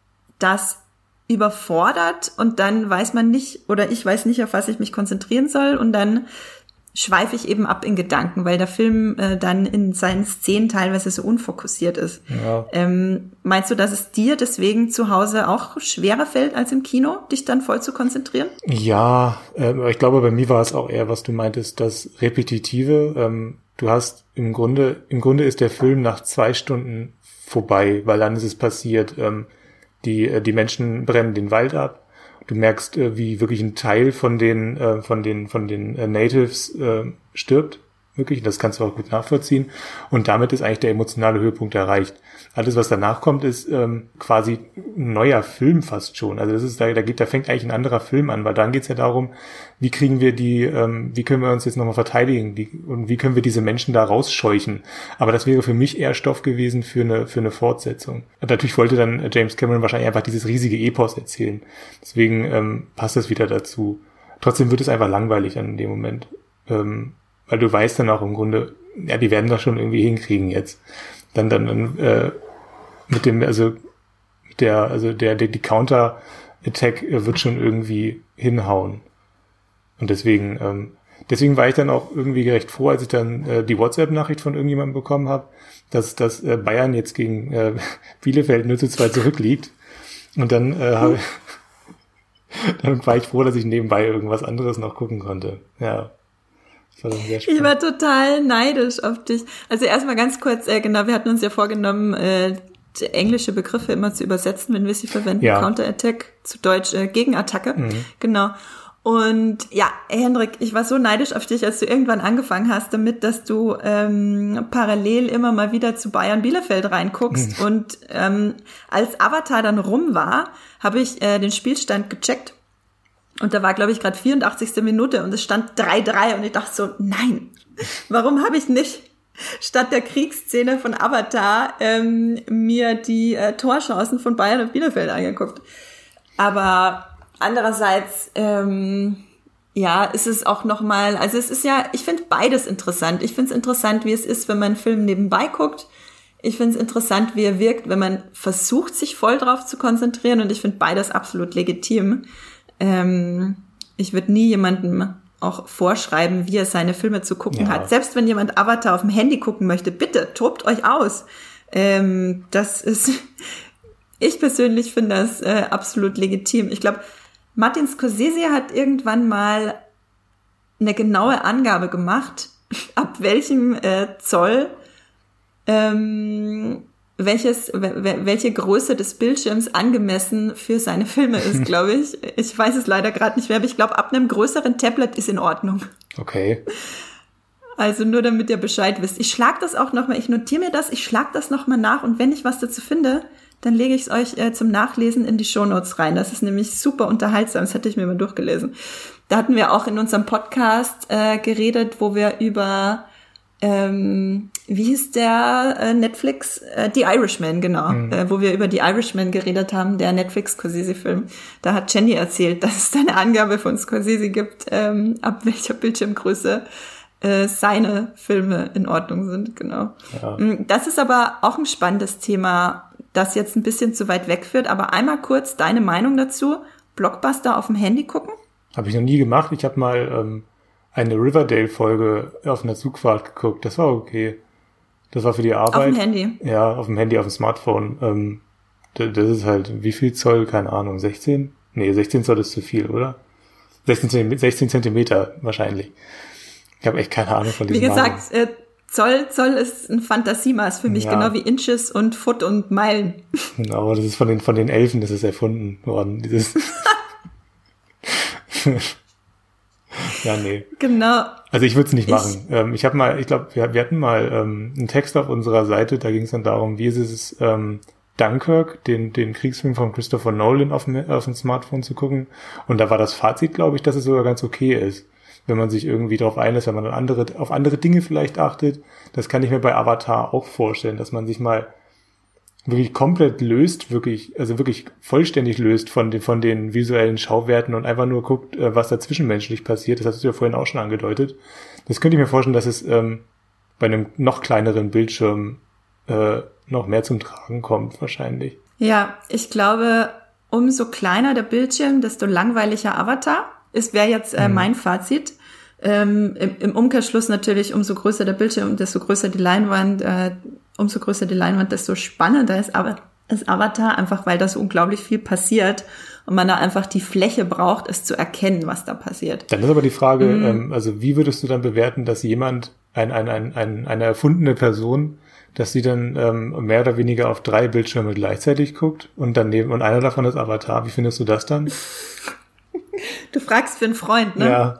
das überfordert und dann weiß man nicht, oder ich weiß nicht, auf was ich mich konzentrieren soll und dann schweife ich eben ab in Gedanken, weil der Film äh, dann in seinen Szenen teilweise so unfokussiert ist. Ja. Ähm, meinst du, dass es dir deswegen zu Hause auch schwerer fällt als im Kino, dich dann voll zu konzentrieren? Ja, äh, ich glaube, bei mir war es auch eher, was du meintest, das Repetitive. Ähm, du hast im Grunde, im Grunde ist der Film nach zwei Stunden vorbei, weil dann ist es passiert, ähm, die, äh, die Menschen brennen den Wald ab. Du merkst, wie wirklich ein Teil von den äh, von den von den Natives äh, stirbt, wirklich. Das kannst du auch gut nachvollziehen. Und damit ist eigentlich der emotionale Höhepunkt erreicht. Alles, was danach kommt, ist ähm, quasi ein neuer Film fast schon. Also das ist da, da geht, da fängt eigentlich ein anderer Film an, weil dann geht's ja darum, wie kriegen wir die, ähm, wie können wir uns jetzt nochmal verteidigen, wie, und wie können wir diese Menschen da rausscheuchen. Aber das wäre für mich eher Stoff gewesen für eine für eine Fortsetzung. Und natürlich wollte dann James Cameron wahrscheinlich einfach dieses riesige Epos erzählen. Deswegen ähm, passt das wieder dazu. Trotzdem wird es einfach langweilig dann in dem Moment, ähm, weil du weißt dann auch im Grunde, ja, die werden das schon irgendwie hinkriegen jetzt. Dann dann, dann äh, mit dem, also mit der, also der, der die Counter-Attack wird schon irgendwie hinhauen. Und deswegen, ähm, deswegen war ich dann auch irgendwie recht froh, als ich dann äh, die WhatsApp-Nachricht von irgendjemandem bekommen habe, dass, dass äh, Bayern jetzt gegen äh, Bielefeld null zu zwei zurückliegt. Und dann, äh, hab, dann war ich froh, dass ich nebenbei irgendwas anderes noch gucken konnte. Ja. Das war dann sehr spannend. Ich war total neidisch auf dich. Also erstmal ganz kurz, äh, genau, wir hatten uns ja vorgenommen, äh, englische Begriffe immer zu übersetzen, wenn wir sie verwenden. Ja. Counterattack, zu Deutsch äh, Gegenattacke. Mhm. Genau. Und ja, Hendrik, ich war so neidisch auf dich, als du irgendwann angefangen hast damit, dass du ähm, parallel immer mal wieder zu Bayern Bielefeld reinguckst. Mhm. Und ähm, als Avatar dann rum war, habe ich äh, den Spielstand gecheckt. Und da war, glaube ich, gerade vierundachtzigste Minute und es stand drei drei und ich dachte so, nein, warum habe ich nicht statt der Kriegsszene von Avatar ähm, mir die äh, Torchancen von Bayern und Bielefeld angeguckt? Aber andererseits, ähm, ja, ist es auch nochmal, also es ist ja, ich finde beides interessant. Ich finde es interessant, wie es ist, wenn man einen Film nebenbei guckt. Ich finde es interessant, wie er wirkt, wenn man versucht, sich voll drauf zu konzentrieren und ich finde beides absolut legitim. Ähm, ich würde nie jemandem auch vorschreiben, wie er seine Filme zu gucken ja. hat. Selbst wenn jemand Avatar auf dem Handy gucken möchte, bitte, tobt euch aus. Ähm, das ist, ich persönlich finde das äh, absolut legitim. Ich glaube, Martin Scorsese hat irgendwann mal eine genaue Angabe gemacht, ab welchem äh, Zoll ähm, welches, welche Größe des Bildschirms angemessen für seine Filme ist, glaube ich. Ich weiß es leider gerade nicht mehr, aber ich glaube, ab einem größeren Tablet ist in Ordnung. Okay. Also nur damit ihr Bescheid wisst. Ich schlag das auch nochmal, ich notiere mir das, ich schlag das nochmal nach und wenn ich was dazu finde, dann lege ich es euch äh, zum Nachlesen in die Shownotes rein. Das ist nämlich super unterhaltsam, das hätte ich mir mal durchgelesen. Da hatten wir auch in unserem Podcast äh, geredet, wo wir über Ähm, wie hieß der äh, Netflix? Äh, The Irishman, genau. Mhm. Äh, wo wir über The Irishman geredet haben, der Netflix-Scorsese-Film. Da hat Jenny erzählt, dass es da eine Angabe von Scorsese gibt, ähm, ab welcher Bildschirmgröße äh, seine Filme in Ordnung sind, genau. Ja. Das ist aber auch ein spannendes Thema, das jetzt ein bisschen zu weit wegführt. Aber einmal kurz deine Meinung dazu. Blockbuster auf dem Handy gucken? Habe ich noch nie gemacht. Ich habe mal ähm eine Riverdale-Folge auf einer Zugfahrt geguckt. Das war okay. Das war für die Arbeit. Auf dem Handy? Ja, auf dem Handy, auf dem Smartphone. Ähm, das ist halt, wie viel Zoll? Keine Ahnung, sechzehn? Nee, sechzehn Zoll ist zu viel, oder? sechzehn Zentimeter wahrscheinlich. Ich habe echt keine Ahnung von diesem Wie gesagt, äh, Zoll, Zoll ist ein Fantasiemaß für mich, ja. Genau wie Inches und Foot und Meilen. Genau, aber das ist von den, von den Elfen, das ist erfunden worden, dieses... Ja, nee. Genau. Also ich würde es nicht machen. Ich, ähm, ich habe mal, ich glaube, wir, wir hatten mal ähm, einen Text auf unserer Seite, da ging es dann darum, wie ist es, ähm, Dunkirk, den den Kriegsfilm von Christopher Nolan auf dem, auf dem Smartphone zu gucken. Und da war das Fazit, glaube ich, dass es sogar ganz okay ist, wenn man sich irgendwie darauf einlässt, wenn man dann andere, auf andere Dinge vielleicht achtet. Das kann ich mir bei Avatar auch vorstellen, dass man sich mal wirklich komplett löst, wirklich, also wirklich vollständig löst von den, von den visuellen Schauwerten und einfach nur guckt, was da zwischenmenschlich passiert. Das hast du ja vorhin auch schon angedeutet. Das könnte ich mir vorstellen, dass es ähm, bei einem noch kleineren Bildschirm äh, noch mehr zum Tragen kommt, wahrscheinlich. Ja, ich glaube, umso kleiner der Bildschirm, desto langweiliger Avatar. Es wäre jetzt äh, mhm. mein Fazit. Ähm, im, Im Umkehrschluss natürlich, umso größer der Bildschirm, desto größer die Leinwand, äh, umso größer die Leinwand, desto spannender ist aber das Avatar, einfach weil da so unglaublich viel passiert und man da einfach die Fläche braucht, es zu erkennen, was da passiert. Dann ist aber die Frage, mhm. ähm, also wie würdest du dann bewerten, dass jemand, ein, ein, ein, ein, eine erfundene Person, dass sie dann ähm, mehr oder weniger auf drei Bildschirme gleichzeitig guckt und daneben und einer davon ist Avatar. Wie findest du das dann? Du fragst für einen Freund, ne? Ja.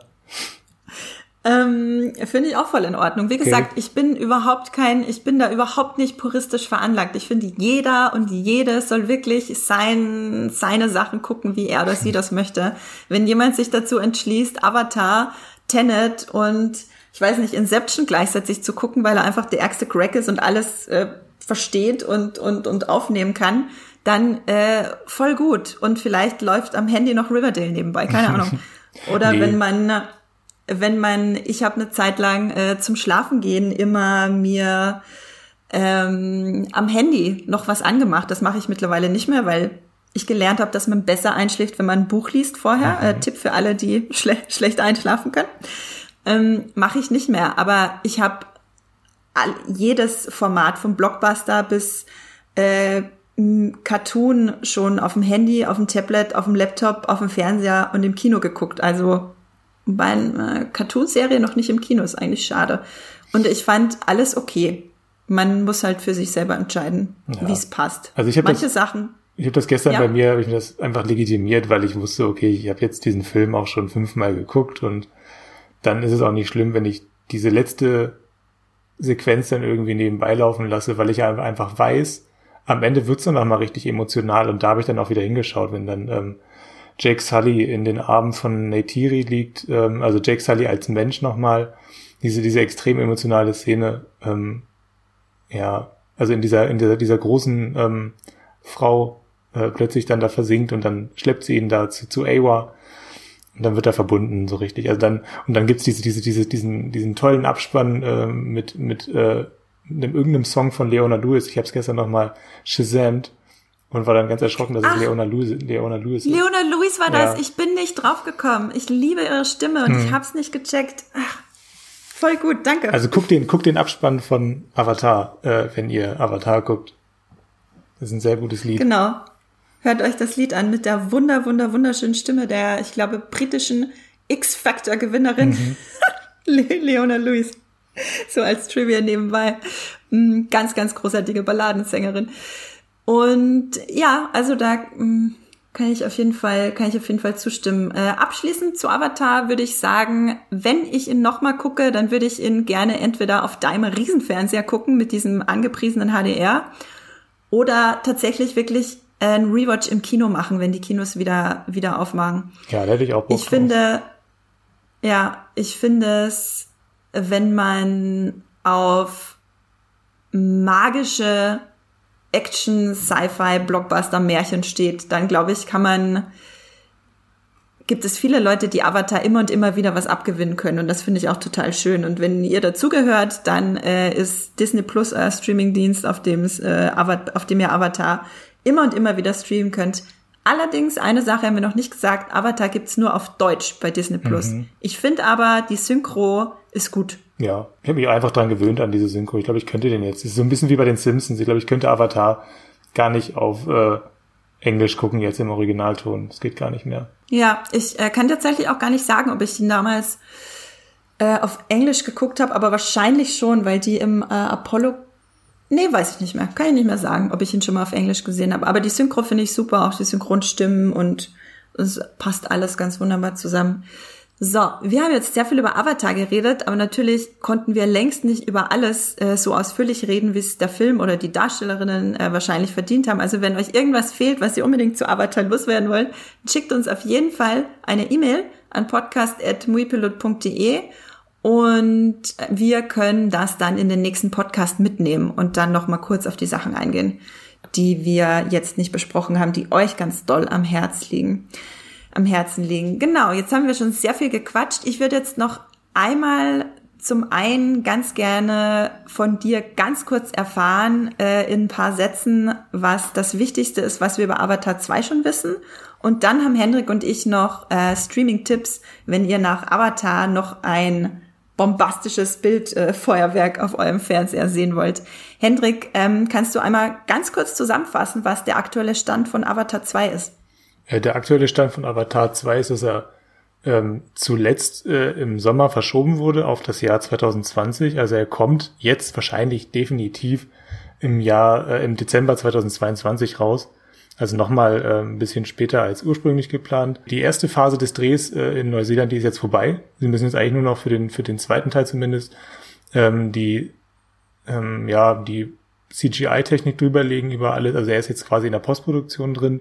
Ähm, finde ich auch voll in Ordnung. Wie gesagt, okay. ich bin überhaupt kein, ich bin da überhaupt nicht puristisch veranlagt. Ich finde, jeder und jede soll wirklich sein, seine Sachen gucken, wie er oder sie das möchte. Wenn jemand sich dazu entschließt, Avatar, Tenet und ich weiß nicht, Inception gleichzeitig zu gucken, weil er einfach der ärgste Crack ist und alles äh, versteht und und und aufnehmen kann, dann äh, voll gut. Und vielleicht läuft am Handy noch Riverdale nebenbei, keine Ahnung. Oder nee. wenn man wenn man, ich habe eine Zeit lang äh, zum Schlafengehen immer mir ähm, am Handy noch was angemacht. Das mache ich mittlerweile nicht mehr, weil ich gelernt habe, dass man besser einschläft, wenn man ein Buch liest vorher. Mhm. Äh, Tipp für alle, die schle- schlecht einschlafen können. Ähm, mache ich nicht mehr. Aber ich habe jedes Format, vom Blockbuster bis äh, Cartoon schon auf dem Handy, auf dem Tablet, auf dem Laptop, auf dem Fernseher und im Kino geguckt. Also bei einer Cartoonserie noch nicht im Kino, ist eigentlich schade. Und ich fand alles okay. Man muss halt für sich selber entscheiden, ja. wie es passt. Also ich habe Manche das, Sachen. Ich habe das gestern ja. bei mir, habe ich mir das einfach legitimiert, weil ich wusste, okay, ich habe jetzt diesen Film auch schon fünfmal geguckt und dann ist es auch nicht schlimm, wenn ich diese letzte Sequenz dann irgendwie nebenbei laufen lasse, weil ich einfach weiß, am Ende wird's dann auch mal richtig emotional und da habe ich dann auch wieder hingeschaut, wenn dann ähm, Jake Sully in den Armen von Neytiri liegt, ähm, also Jake Sully als Mensch nochmal, diese diese extrem emotionale Szene, ähm, ja, also in dieser in dieser dieser großen ähm, Frau äh, plötzlich dann da versinkt und dann schleppt sie ihn da zu, zu Eywa und dann wird er verbunden so richtig, also dann und dann gibt's diese diese diese diesen diesen tollen Abspann äh, mit mit äh, einem irgendeinem Song von Leona Lewis. Ich habe es gestern nochmal shazamt und war dann ganz erschrocken, dass Ach, es Leona Lewis, Leona Lewis ist. Leona Lewis war ja. das. Ich bin nicht draufgekommen. Ich liebe ihre Stimme und hm. ich hab's nicht gecheckt. Ach, voll gut, danke. Also guckt den, guckt den Abspann von Avatar, äh, wenn ihr Avatar guckt. Das ist ein sehr gutes Lied. Genau. Hört euch das Lied an mit der wunder, wunder, wunderschönen Stimme der, ich glaube, britischen X-Factor-Gewinnerin mhm. Le- Leona Lewis. So als Trivia nebenbei. Ganz, ganz großartige Balladensängerin. Und ja, also da kann ich auf jeden Fall, kann ich auf jeden Fall zustimmen. Äh, abschließend zu Avatar würde ich sagen, wenn ich ihn nochmal gucke, dann würde ich ihn gerne entweder auf deinem Riesenfernseher gucken mit diesem angepriesenen H D R oder tatsächlich wirklich ein Rewatch im Kino machen, wenn die Kinos wieder, wieder aufmachen. Ja, da hätte ich auch Bock Ich finde, ja, ich finde es, wenn man auf magische Action, Sci-Fi, Blockbuster, Märchen steht, dann glaube ich, kann man, gibt es viele Leute, die Avatar immer und immer wieder was abgewinnen können und das finde ich auch total schön. Und wenn ihr dazugehört, dann äh, ist Disney Plus euer Streamingdienst, auf dem äh, auf dem ihr Avatar immer und immer wieder streamen könnt. Allerdings, eine Sache haben wir noch nicht gesagt, Avatar gibt's nur auf Deutsch bei Disney Plus. Mhm. Ich finde aber, die Synchro ist gut. Ja, ich habe mich einfach dran gewöhnt an diese Synchro. Ich glaube, ich könnte den jetzt. Das ist so ein bisschen wie bei den Simpsons. Ich glaube, ich könnte Avatar gar nicht auf äh, Englisch gucken jetzt im Originalton. Das geht gar nicht mehr. Ja, ich äh, kann tatsächlich auch gar nicht sagen, ob ich ihn damals äh, auf Englisch geguckt habe, aber wahrscheinlich schon, weil die im äh, Apollo... Nee, weiß ich nicht mehr. Kann ich nicht mehr sagen, ob ich ihn schon mal auf Englisch gesehen habe. Aber die Synchro finde ich super, auch die Synchronstimmen und es passt alles ganz wunderbar zusammen. So, wir haben jetzt sehr viel über Avatar geredet, aber natürlich konnten wir längst nicht über alles äh, so ausführlich reden, wie es der Film oder die Darstellerinnen äh, wahrscheinlich verdient haben. Also wenn euch irgendwas fehlt, was ihr unbedingt zu Avatar loswerden wollt, schickt uns auf jeden Fall eine E-Mail an podcast at muipilot punkt de und wir können das dann in den nächsten Podcast mitnehmen und dann noch mal kurz auf die Sachen eingehen, die wir jetzt nicht besprochen haben, die euch ganz doll am Herz liegen. am Herzen liegen. Genau, jetzt haben wir schon sehr viel gequatscht. Ich würde jetzt noch einmal zum einen ganz gerne von dir ganz kurz erfahren, äh, in ein paar Sätzen, was das Wichtigste ist, was wir über Avatar zwei schon wissen. Und dann haben Hendrik und ich noch äh, Streaming-Tipps, wenn ihr nach Avatar noch ein bombastisches Bildfeuerwerk äh, auf eurem Fernseher sehen wollt. Hendrik, ähm, kannst du einmal ganz kurz zusammenfassen, was der aktuelle Stand von Avatar zwei ist? Der aktuelle Stand von Avatar zwei ist, dass er ähm, zuletzt äh, im Sommer verschoben wurde auf das Jahr zwanzig zwanzig. Also er kommt jetzt wahrscheinlich definitiv im Jahr, äh, im Dezember zweitausendzweiundzwanzig raus. Also nochmal äh, ein bisschen später als ursprünglich geplant. Die erste Phase des Drehs äh, in Neuseeland, die ist jetzt vorbei. Sie müssen jetzt eigentlich nur noch für den für den zweiten Teil zumindest ähm, die ähm, ja die C G I-Technik drüberlegen über alles. Also er ist jetzt quasi in der Postproduktion drin.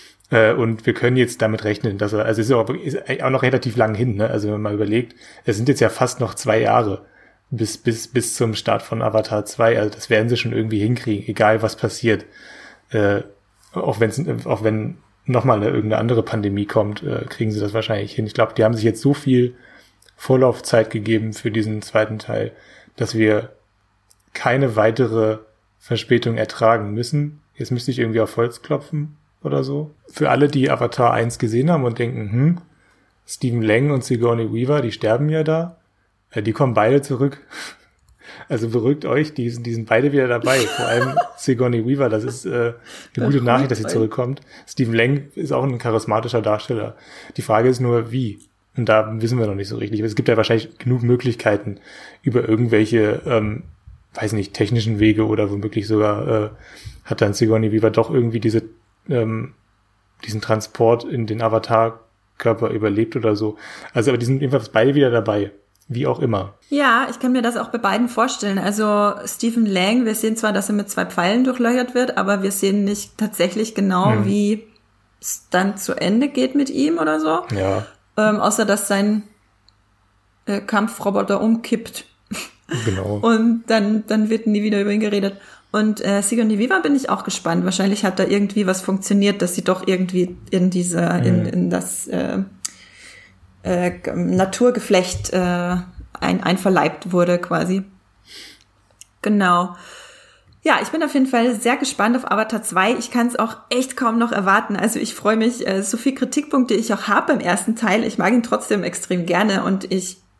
Und wir können jetzt damit rechnen, dass er, also es ist auch, ist auch noch relativ lang hin, ne? Also wenn man mal überlegt, es sind jetzt ja fast noch zwei Jahre bis, bis, bis zum Start von Avatar zwei. Also das werden sie schon irgendwie hinkriegen, egal was passiert. Äh, auch wenn's, auch wenn nochmal eine, irgendeine andere Pandemie kommt, äh, kriegen sie das wahrscheinlich hin. Ich glaube, die haben sich jetzt so viel Vorlaufzeit gegeben für diesen zweiten Teil, dass wir keine weitere Verspätung ertragen müssen. Jetzt müsste ich irgendwie auf Holz klopfen oder so. Für alle, die Avatar eins gesehen haben und denken, hm, Stephen Lang und Sigourney Weaver, die sterben ja da, äh, die kommen beide zurück. Also beruhigt euch, die sind, die sind beide wieder dabei. Vor allem Sigourney Weaver, das ist äh, eine gute Nachricht, dass sie zurückkommt. Stephen Lang ist auch ein charismatischer Darsteller. Die Frage ist nur, wie? Und da wissen wir noch nicht so richtig. Es gibt ja wahrscheinlich genug Möglichkeiten über irgendwelche, ähm, weiß nicht, technischen Wege oder womöglich sogar äh, hat dann Sigourney Weaver doch irgendwie diese Ähm, diesen Transport in den Avatar-Körper überlebt oder so. Also, aber die sind jedenfalls beide wieder dabei. Wie auch immer. Ja, ich kann mir das auch bei beiden vorstellen. Also Stephen Lang, wir sehen zwar, dass er mit zwei Pfeilen durchlöchert wird, aber wir sehen nicht tatsächlich genau, hm. wie es dann zu Ende geht mit ihm oder so. Ja. Ähm, außer, dass sein äh, Kampfroboter umkippt. Genau. Und dann, dann wird nie wieder über ihn geredet. Und äh, Sigourney Weaver bin ich auch gespannt. Wahrscheinlich hat da irgendwie was funktioniert, dass sie doch irgendwie in diese, mhm. in, in das äh, äh, Naturgeflecht äh, ein, einverleibt wurde quasi. Genau. Ja, ich bin auf jeden Fall sehr gespannt auf Avatar zwei. Ich kann es auch echt kaum noch erwarten. Also ich freue mich, äh, so viel Kritikpunkte ich auch habe beim ersten Teil. Ich mag ihn trotzdem extrem gerne und ich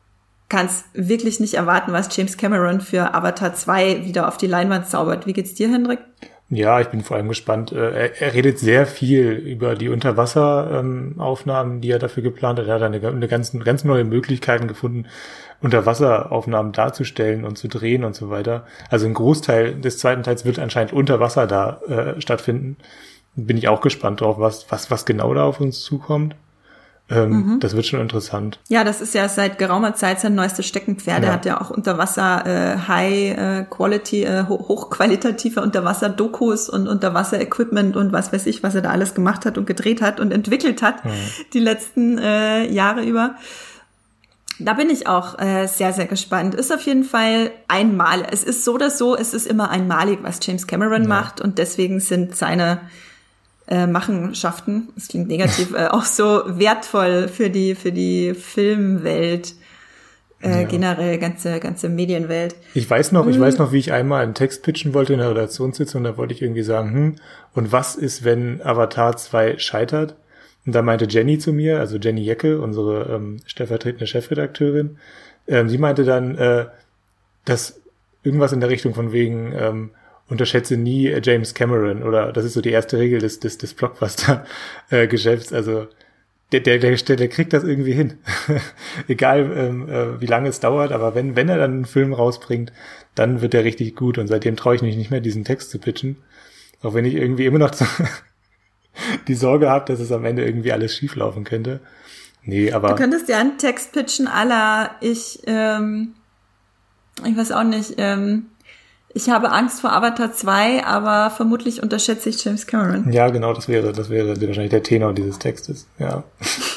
kann's wirklich nicht erwarten, was James Cameron für Avatar zwei wieder auf die Leinwand zaubert. Wie geht's dir, Hendrik? Ja, ich bin vor allem gespannt. Er, er redet sehr viel über die Unterwasseraufnahmen, die er dafür geplant hat. Er hat eine, eine ganz, ganz neue Möglichkeiten gefunden, Unterwasseraufnahmen darzustellen und zu drehen und so weiter. Also ein Großteil des zweiten Teils wird anscheinend unter Wasser da äh, stattfinden. Bin ich auch gespannt drauf, was, was, was genau da auf uns zukommt. Ähm, mhm. Das wird schon interessant. Ja, das ist ja seit geraumer Zeit sein neuestes Steckenpferd. Ja. Er hat ja auch Unterwasser äh, High äh, Quality, äh, hochqualitative Unterwasser-Dokus und Unterwasser-Equipment und was weiß ich, was er da alles gemacht hat und gedreht hat und entwickelt hat, mhm. die letzten äh, Jahre über. Da bin ich auch äh, sehr, sehr gespannt. Ist auf jeden Fall einmal. Es ist so oder so, es ist immer einmalig, was James Cameron ja. macht und deswegen sind seine Äh, Machenschaften, das klingt negativ, äh, auch so wertvoll für die für die Filmwelt, äh, ja. generell ganze ganze Medienwelt. Ich weiß noch, hm. ich weiß noch, wie ich einmal einen Text pitchen wollte in der Redaktionssitzung, da wollte ich irgendwie sagen, hm, und was ist, wenn Avatar zwei scheitert? Und da meinte Jenny zu mir, also Jenny Jecke, unsere ähm, stellvertretende Chefredakteurin, ähm, sie meinte dann, äh, dass irgendwas in der Richtung von wegen ähm, unterschätze nie James Cameron, oder das ist so die erste Regel des des, des Blockbuster-Geschäfts. Also der, der der der kriegt das irgendwie hin, egal ähm, äh, wie lange es dauert. Aber wenn wenn er dann einen Film rausbringt, dann wird er richtig gut. Und seitdem traue ich mich nicht mehr, diesen Text zu pitchen, auch wenn ich irgendwie immer noch die Sorge habe, dass es am Ende irgendwie alles schief laufen könnte. Nee, aber du könntest ja einen Text pitchen, à la ich ähm, ich weiß auch nicht. Ähm, Ich habe Angst vor Avatar zwei, aber vermutlich unterschätze ich James Cameron. Ja, genau, das wäre, das wäre wahrscheinlich der Tenor dieses Textes, ja.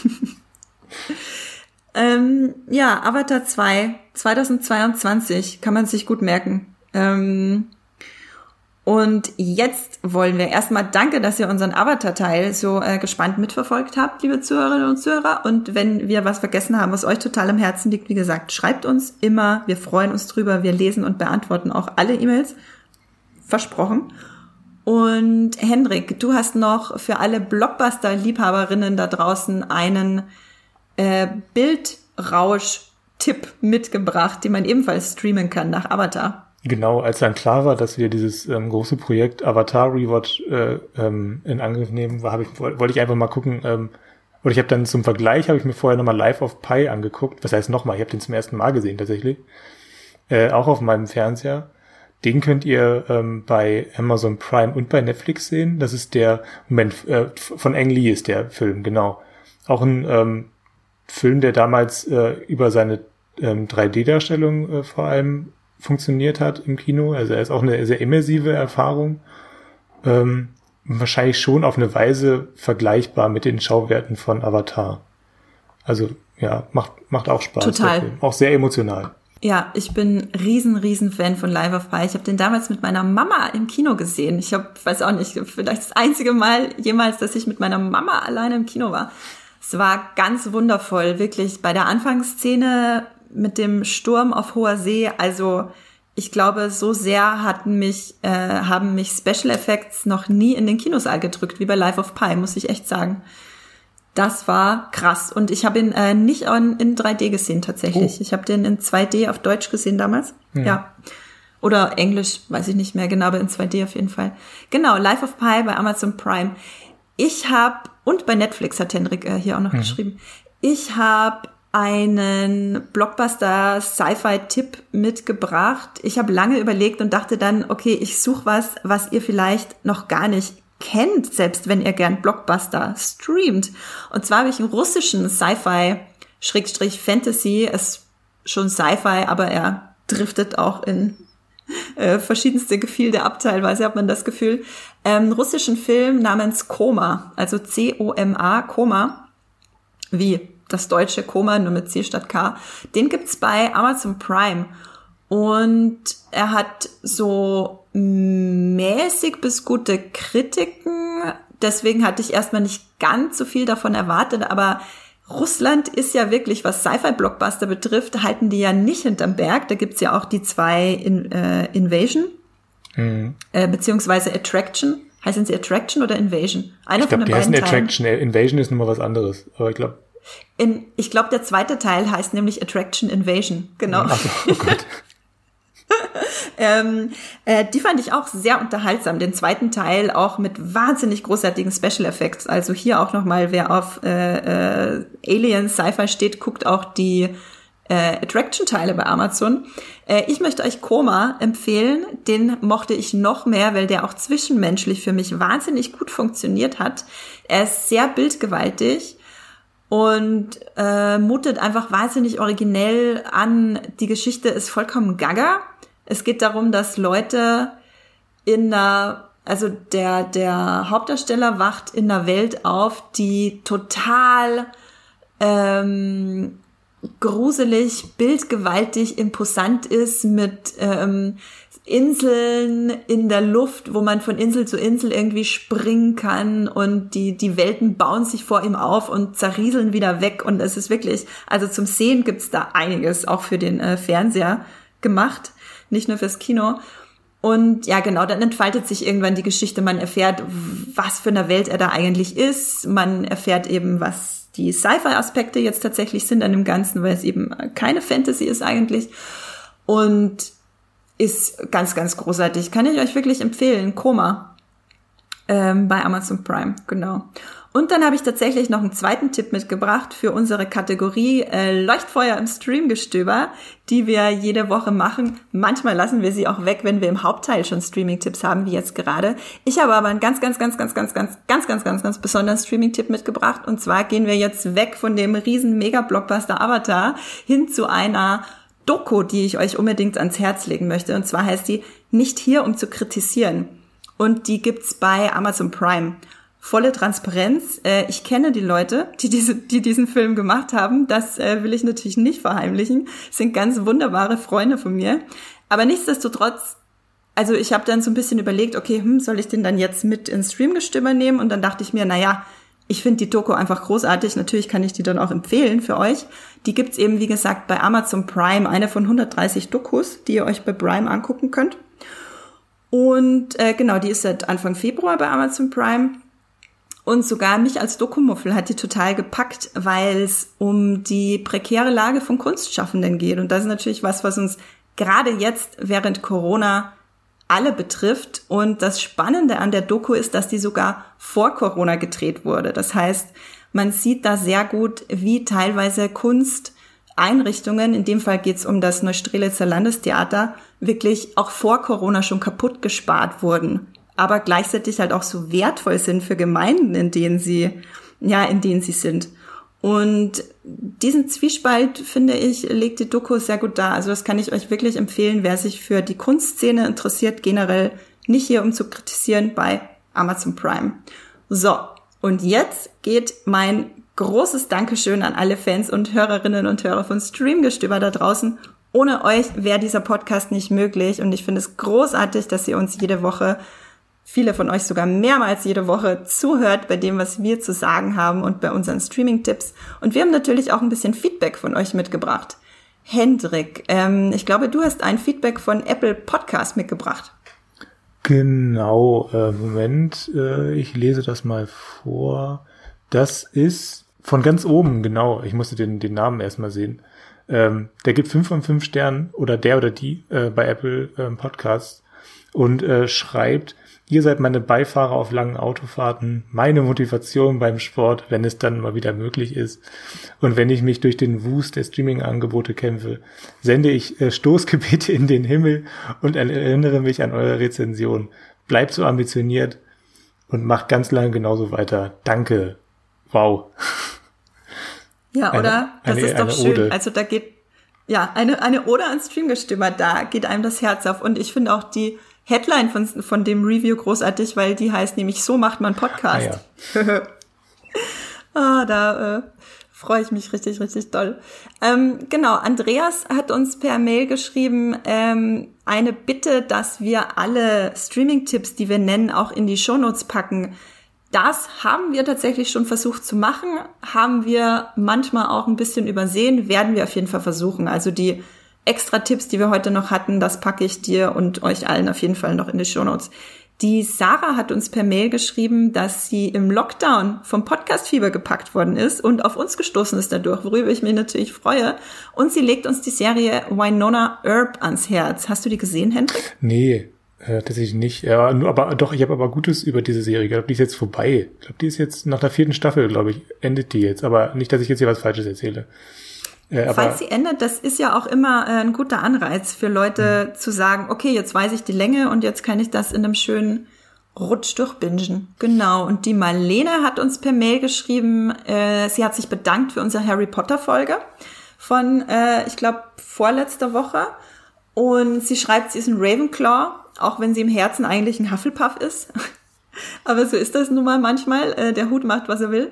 ähm, ja, Avatar zwei, zweitausendzweiundzwanzig, kann man sich gut merken. Ähm, und jetzt wollen wir erstmal danke, dass ihr unseren Avatar-Teil so äh, gespannt mitverfolgt habt, liebe Zuhörerinnen und Zuhörer. Und wenn wir was vergessen haben, was euch total am Herzen liegt, wie gesagt, schreibt uns immer. Wir freuen uns drüber. Wir lesen und beantworten auch alle E-Mails. Versprochen. Und Hendrik, du hast noch für alle Blockbuster-Liebhaberinnen da draußen einen äh, Bildrausch-Tipp mitgebracht, den man ebenfalls streamen kann nach Avatar. Genau, als dann klar war, dass wir dieses ähm, große Projekt Avatar Rewatch äh, ähm, in Angriff nehmen, war, hab ich, wollte ich einfach mal gucken, ähm, oder ich habe dann zum Vergleich, habe ich mir vorher nochmal Life of Pi angeguckt, was heißt nochmal, ich habe den zum ersten Mal gesehen tatsächlich, äh, auch auf meinem Fernseher. Den könnt ihr ähm, bei Amazon Prime und bei Netflix sehen. Das ist der, Moment, äh, von Ang Lee ist der Film, genau. Auch ein ähm, Film, der damals äh, über seine ähm, drei D-Darstellung äh, vor allem funktioniert hat im Kino. Also er ist auch eine sehr immersive Erfahrung. Ähm, wahrscheinlich schon auf eine Weise vergleichbar mit den Schauwerten von Avatar. Also ja, macht macht auch Spaß. Total. Auch sehr emotional. Ja, ich bin riesen, riesen Fan von Life of Pi. Ich habe den damals mit meiner Mama im Kino gesehen. Ich habe, weiß auch nicht, vielleicht das einzige Mal jemals, dass ich mit meiner Mama alleine im Kino war. Es war ganz wundervoll, wirklich. Bei der Anfangsszene mit dem Sturm auf hoher See, also ich glaube, so sehr hatten mich, äh, haben mich Special Effects noch nie in den Kinosaal gedrückt, wie bei Life of Pi, muss ich echt sagen. Das war krass. Und ich habe ihn äh, nicht in, in drei D gesehen tatsächlich. Oh. Ich habe den in zwei D auf Deutsch gesehen damals. Ja. ja. Oder Englisch, weiß ich nicht mehr genau, aber in zwei D auf jeden Fall. Genau, Life of Pi bei Amazon Prime. Ich habe, und bei Netflix hat Hendrik äh, hier auch noch mhm. geschrieben, ich habe einen Blockbuster-Sci-Fi-Tipp mitgebracht. Ich habe lange überlegt und dachte dann, okay, ich suche was, was ihr vielleicht noch gar nicht kennt, selbst wenn ihr gern Blockbuster streamt. Und zwar habe ich einen russischen Sci-Fi-Fantasy, ist schon Sci-Fi, aber er driftet auch in äh, verschiedenste Gefilde ab, teilweise hat man das Gefühl. Ähm, einen russischen Film namens Koma, also C O M A, Koma, wie das deutsche Koma, nur mit C statt K. Den gibt's bei Amazon Prime. Und er hat so mäßig bis gute Kritiken. Deswegen hatte ich erstmal nicht ganz so viel davon erwartet. Aber Russland ist ja wirklich, was Sci-Fi-Blockbuster betrifft, halten die ja nicht hinterm Berg. Da gibt's ja auch die zwei in, äh, Invasion, mhm. äh, beziehungsweise Attraction. Heißen sie Attraction oder Invasion? Einer ich glaub, von den die heißen beiden Attraction. Teilen. Invasion ist nochmal was anderes. Aber ich glaube, In, ich glaube, der zweite Teil heißt nämlich Attraction Invasion. Genau. Ach so, oh Gott. ähm, äh, die fand ich auch sehr unterhaltsam. Den zweiten Teil auch mit wahnsinnig großartigen Special Effects. Also hier auch nochmal, wer auf äh, äh, Alien Sci-Fi steht, guckt auch die äh, Attraction-Teile bei Amazon. Äh, ich möchte euch Coma empfehlen. Den mochte ich noch mehr, weil der auch zwischenmenschlich für mich wahnsinnig gut funktioniert hat. Er ist sehr bildgewaltig und äh, mutet einfach wahnsinnig originell an. Die Geschichte ist vollkommen gaga. Es geht darum, dass Leute in einer, also der, der Hauptdarsteller wacht in einer Welt auf, die total ähm, gruselig, bildgewaltig, imposant ist, mit ähm, Inseln in der Luft, wo man von Insel zu Insel irgendwie springen kann und die, die Welten bauen sich vor ihm auf und zerrieseln wieder weg und es ist wirklich, also zum Sehen gibt's da einiges, auch für den äh, Fernseher gemacht. Nicht nur fürs Kino. Und ja, genau, dann entfaltet sich irgendwann die Geschichte. Man erfährt, was für eine Welt er da eigentlich ist. Man erfährt eben, was die Sci-Fi-Aspekte jetzt tatsächlich sind an dem Ganzen, weil es eben keine Fantasy ist eigentlich. Und ist ganz, ganz großartig. Kann ich euch wirklich empfehlen. Coma ähm, bei Amazon Prime, genau. Und dann habe ich tatsächlich noch einen zweiten Tipp mitgebracht für unsere Kategorie äh, Leuchtfeuer im Streamgestöber, die wir jede Woche machen. Manchmal lassen wir sie auch weg, wenn wir im Hauptteil schon Streaming-Tipps haben, wie jetzt gerade. Ich habe aber einen ganz, ganz, ganz, ganz, ganz, ganz, ganz, ganz, ganz, ganz besonderen Streaming-Tipp mitgebracht. Und zwar gehen wir jetzt weg von dem riesen Mega-Blockbuster Avatar hin zu einer Doku, die ich euch unbedingt ans Herz legen möchte. Und zwar heißt die Nicht hier, um zu kritisieren. Und die gibt's bei Amazon Prime. Volle Transparenz. Äh, ich kenne die Leute, die diese, die diesen Film gemacht haben. Das äh, will ich natürlich nicht verheimlichen. Das sind ganz wunderbare Freunde von mir. Aber nichtsdestotrotz, also ich habe dann so ein bisschen überlegt, okay, hm, soll ich den dann jetzt mit ins Streamgestöber nehmen? Und dann dachte ich mir, naja, ich finde die Doku einfach großartig. Natürlich kann ich die dann auch empfehlen für euch. Die gibt's eben, wie gesagt, bei Amazon Prime. Eine von hundertdreißig Dokus, die ihr euch bei Prime angucken könnt. Und äh, genau, die ist seit Anfang Februar bei Amazon Prime. Und sogar mich als Dokumuffel hat die total gepackt, weil es um die prekäre Lage von Kunstschaffenden geht. Und das ist natürlich was, was uns gerade jetzt während Corona alle betrifft. Und das Spannende an der Doku ist, dass die sogar vor Corona gedreht wurde. Das heißt, man sieht da sehr gut, wie teilweise Kunsteinrichtungen, in dem Fall geht es um das Neustrelitzer Landestheater, wirklich auch vor Corona schon kaputt gespart wurden, aber gleichzeitig halt auch so wertvoll sind für Gemeinden, in denen sie, ja, in denen sie sind. Und diesen Zwiespalt, finde ich, legt die Doku sehr gut dar. Also das kann ich euch wirklich empfehlen, wer sich für die Kunstszene interessiert, generell nicht hier, um zu kritisieren, bei Amazon Prime. So, und jetzt geht mein großes Dankeschön an alle Fans und Hörerinnen und Hörer von Streamgestöber da draußen. Ohne euch wäre dieser Podcast nicht möglich und ich finde es großartig, dass ihr uns jede Woche, viele von euch sogar mehrmals jede Woche zuhört bei dem, was wir zu sagen haben und bei unseren Streaming-Tipps. Und wir haben natürlich auch ein bisschen Feedback von euch mitgebracht. Hendrik, ähm, ich glaube, du hast ein Feedback von Apple Podcast mitgebracht. Genau, äh, Moment, äh, ich lese das mal vor. Das ist von ganz oben, genau, ich musste den, den Namen erstmal sehen. Ähm, der gibt fünf von fünf Sternen, oder der oder die, äh, bei Apple ähm, Podcasts und äh, schreibt: Ihr seid meine Beifahrer auf langen Autofahrten, meine Motivation beim Sport, wenn es dann mal wieder möglich ist. Und wenn ich mich durch den Wust der Streaming-Angebote kämpfe, sende ich äh, Stoßgebete in den Himmel und erinnere mich an eure Rezension. Bleibt so ambitioniert und macht ganz lange genauso weiter. Danke. Wow. Ja, eine, oder? Das eine, ist doch schön. Ode. Also da geht, ja, eine, eine Ode an Streamgestöber, da geht einem das Herz auf. Und ich finde auch die Headline von, von dem Review großartig, weil die heißt nämlich "So macht man Podcast". Ah, ja. ah, da äh, freue ich mich richtig, richtig doll. Ähm, genau, Andreas hat uns per Mail geschrieben, ähm, eine Bitte, dass wir alle Streaming-Tipps, die wir nennen, auch in die Shownotes packen. Das haben wir tatsächlich schon versucht zu machen, haben wir manchmal auch ein bisschen übersehen, werden wir auf jeden Fall versuchen. Also die extra Tipps, die wir heute noch hatten, das packe ich dir und euch allen auf jeden Fall noch in die Shownotes. Die Sarah hat uns per Mail geschrieben, dass sie im Lockdown vom Podcast-Fieber gepackt worden ist und auf uns gestoßen ist dadurch, worüber ich mich natürlich freue. Und sie legt uns die Serie Wynonna Earp ans Herz. Hast du die gesehen, Hendrik? Nee, äh, tatsächlich nicht. Ja, nur, aber doch, ich habe aber Gutes über diese Serie. Ich glaube, die ist jetzt vorbei. Ich glaube, die ist jetzt nach der vierten Staffel, glaube ich, endet die jetzt. Aber nicht, dass ich jetzt hier was Falsches erzähle. Äh, Falls sie endet, das ist ja auch immer äh, ein guter Anreiz für Leute, mhm. zu sagen, okay, jetzt weiß ich die Länge und jetzt kann ich das in einem schönen Rutsch durchbingen. Genau, und die Marlene hat uns per Mail geschrieben, äh, sie hat sich bedankt für unsere Harry Potter Folge von, äh, ich glaube, vorletzter Woche. Und sie schreibt, sie ist ein Ravenclaw, auch wenn sie im Herzen eigentlich ein Hufflepuff ist. Aber so ist das nun mal manchmal, äh, der Hut macht, was er will.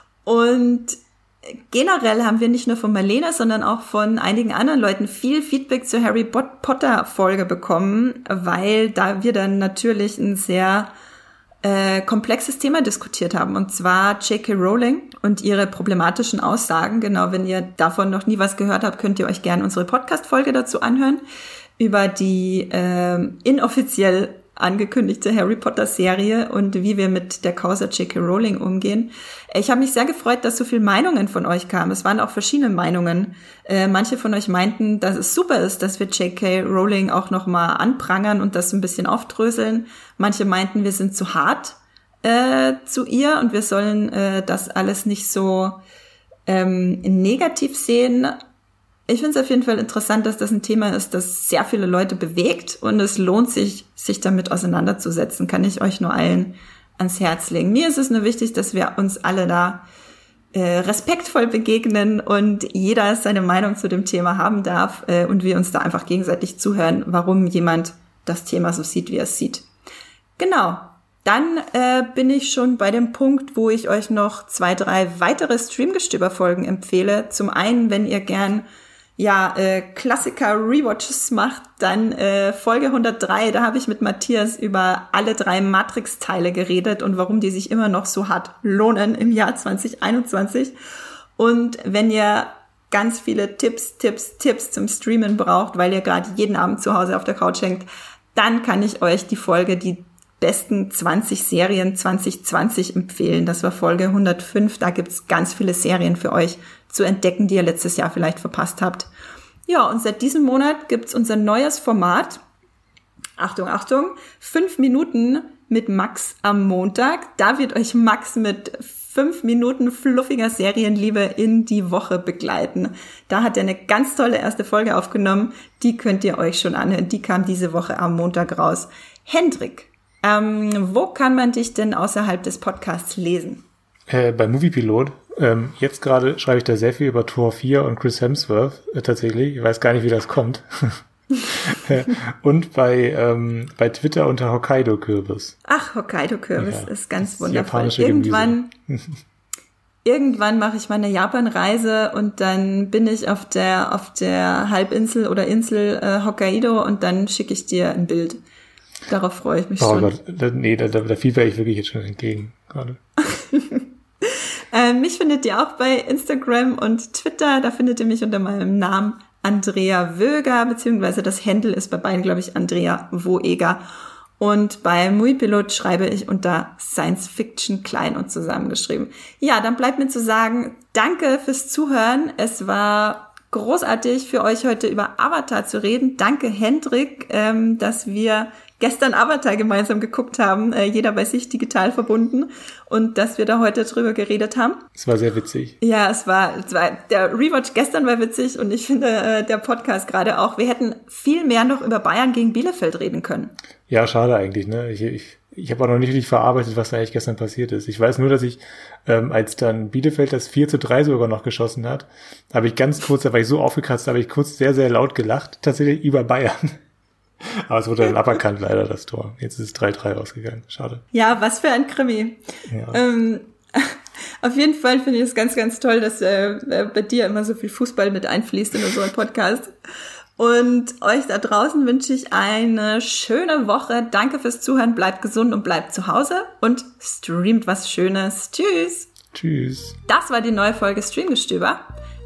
Und generell haben wir nicht nur von Marlene, sondern auch von einigen anderen Leuten viel Feedback zur Harry Potter Folge bekommen, weil da wir dann natürlich ein sehr äh, komplexes Thema diskutiert haben, und zwar J K Rowling und ihre problematischen Aussagen. Genau, wenn ihr davon noch nie was gehört habt, könnt ihr euch gerne unsere Podcast-Folge dazu anhören, über die äh, inoffiziell angekündigte Harry Potter Serie und wie wir mit der Causa J K Rowling umgehen. Ich habe mich sehr gefreut, dass so viele Meinungen von euch kamen. Es waren auch verschiedene Meinungen. Äh, manche von euch meinten, dass es super ist, dass wir J K Rowling auch nochmal anprangern und das ein bisschen aufdröseln. Manche meinten, wir sind zu hart äh, zu ihr und wir sollen äh, das alles nicht so ähm, negativ sehen. Ich finde es auf jeden Fall interessant, dass das ein Thema ist, das sehr viele Leute bewegt, und es lohnt sich, sich damit auseinanderzusetzen. Kann ich euch nur allen ans Herz legen. Mir ist es nur wichtig, dass wir uns alle da äh, respektvoll begegnen und jeder seine Meinung zu dem Thema haben darf äh, und wir uns da einfach gegenseitig zuhören, warum jemand das Thema so sieht, wie er es sieht. Genau. Dann äh, bin ich schon bei dem Punkt, wo ich euch noch zwei, drei weitere Streamgestöber-Folgen empfehle. Zum einen, wenn ihr gern ja, äh, Klassiker-Rewatches macht, dann äh, Folge hundertdrei, da habe ich mit Matthias über alle drei Matrix-Teile geredet und warum die sich immer noch so hart lohnen im Jahr zwanzig einundzwanzig. Und wenn ihr ganz viele Tipps, Tipps, Tipps zum Streamen braucht, weil ihr gerade jeden Abend zu Hause auf der Couch hängt, dann kann ich euch die Folge, die besten zwanzig Serien zwanzig zwanzig empfehlen. Das war Folge hundertfünf. Da gibt's ganz viele Serien für euch zu entdecken, die ihr letztes Jahr vielleicht verpasst habt. Ja, und seit diesem Monat gibt's unser neues Format. Achtung, Achtung, fünf Minuten mit Max am Montag. Da wird euch Max mit fünf Minuten fluffiger Serienliebe in die Woche begleiten. Da hat er eine ganz tolle erste Folge aufgenommen. Die könnt ihr euch schon anhören. Die kam diese Woche am Montag raus. Hendrik, ähm, wo kann man dich denn außerhalb des Podcasts lesen? Äh, bei Moviepilot. Ähm, jetzt gerade schreibe ich da sehr viel über Tor vier und Chris Hemsworth, äh, tatsächlich. Ich weiß gar nicht, wie das kommt. Und bei ähm, bei Twitter unter Hokkaido-Kürbis. Ach, Hokkaido-Kürbis ja, ist ganz das wundervoll. Irgendwann, irgendwann mache ich meine Japan-Reise und dann bin ich auf der auf der Halbinsel oder Insel äh, Hokkaido und dann schicke ich dir ein Bild. Darauf freue ich mich oh schon. Gott, da, nee, da, da, da fieber ich wirklich jetzt schon entgegen gerade. äh, mich findet ihr auch bei Instagram und Twitter. Da findet ihr mich unter meinem Namen Andrea Wöger, beziehungsweise das Handle ist bei beiden, glaube ich, Andrea Woeger. Und bei Moviepilot schreibe ich unter Science Fiction klein und zusammengeschrieben. Ja, dann bleibt mir zu sagen, danke fürs Zuhören. Es war großartig für euch heute über Avatar zu reden. Danke, Hendrik, ähm, dass wir gestern Avatar gemeinsam geguckt haben, äh, jeder bei sich digital verbunden, und dass wir da heute drüber geredet haben. Es war sehr witzig. Ja, es war, es war der Rewatch gestern war witzig und ich finde äh, der Podcast gerade auch. Wir hätten viel mehr noch über Bayern gegen Bielefeld reden können. Ja, schade eigentlich, ne? Ich, ich, ich habe auch noch nicht richtig verarbeitet, was da eigentlich gestern passiert ist. Ich weiß nur, dass ich, ähm, als dann Bielefeld das vier zu drei sogar noch geschossen hat, habe ich ganz kurz, da war ich so aufgekratzt, da habe ich kurz sehr, sehr laut gelacht, tatsächlich über Bayern. Aber es wurde dann aberkannt, leider, das Tor. Jetzt ist es drei drei ausgegangen. Schade. Ja, was für ein Krimi. Ja. Ähm, auf jeden Fall finde ich es ganz, ganz toll, dass äh, bei dir immer so viel Fußball mit einfließt in unserem Podcast. Und euch da draußen wünsche ich eine schöne Woche. Danke fürs Zuhören. Bleibt gesund und bleibt zu Hause und streamt was Schönes. Tschüss. Tschüss. Das war die neue Folge Streamgestöber.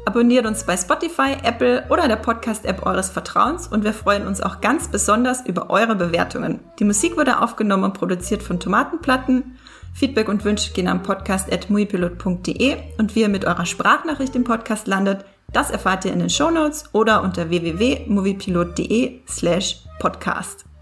Abonniert uns bei Spotify, Apple oder der Podcast-App eures Vertrauens und wir freuen uns auch ganz besonders über eure Bewertungen. Die Musik wurde aufgenommen und produziert von Tomatenplatten. Feedback und Wünsche gehen am podcast at moviepilot punkt de und wie ihr mit eurer Sprachnachricht im Podcast landet, das erfahrt ihr in den Shownotes oder unter w w w punkt moviepilot punkt de slash podcast.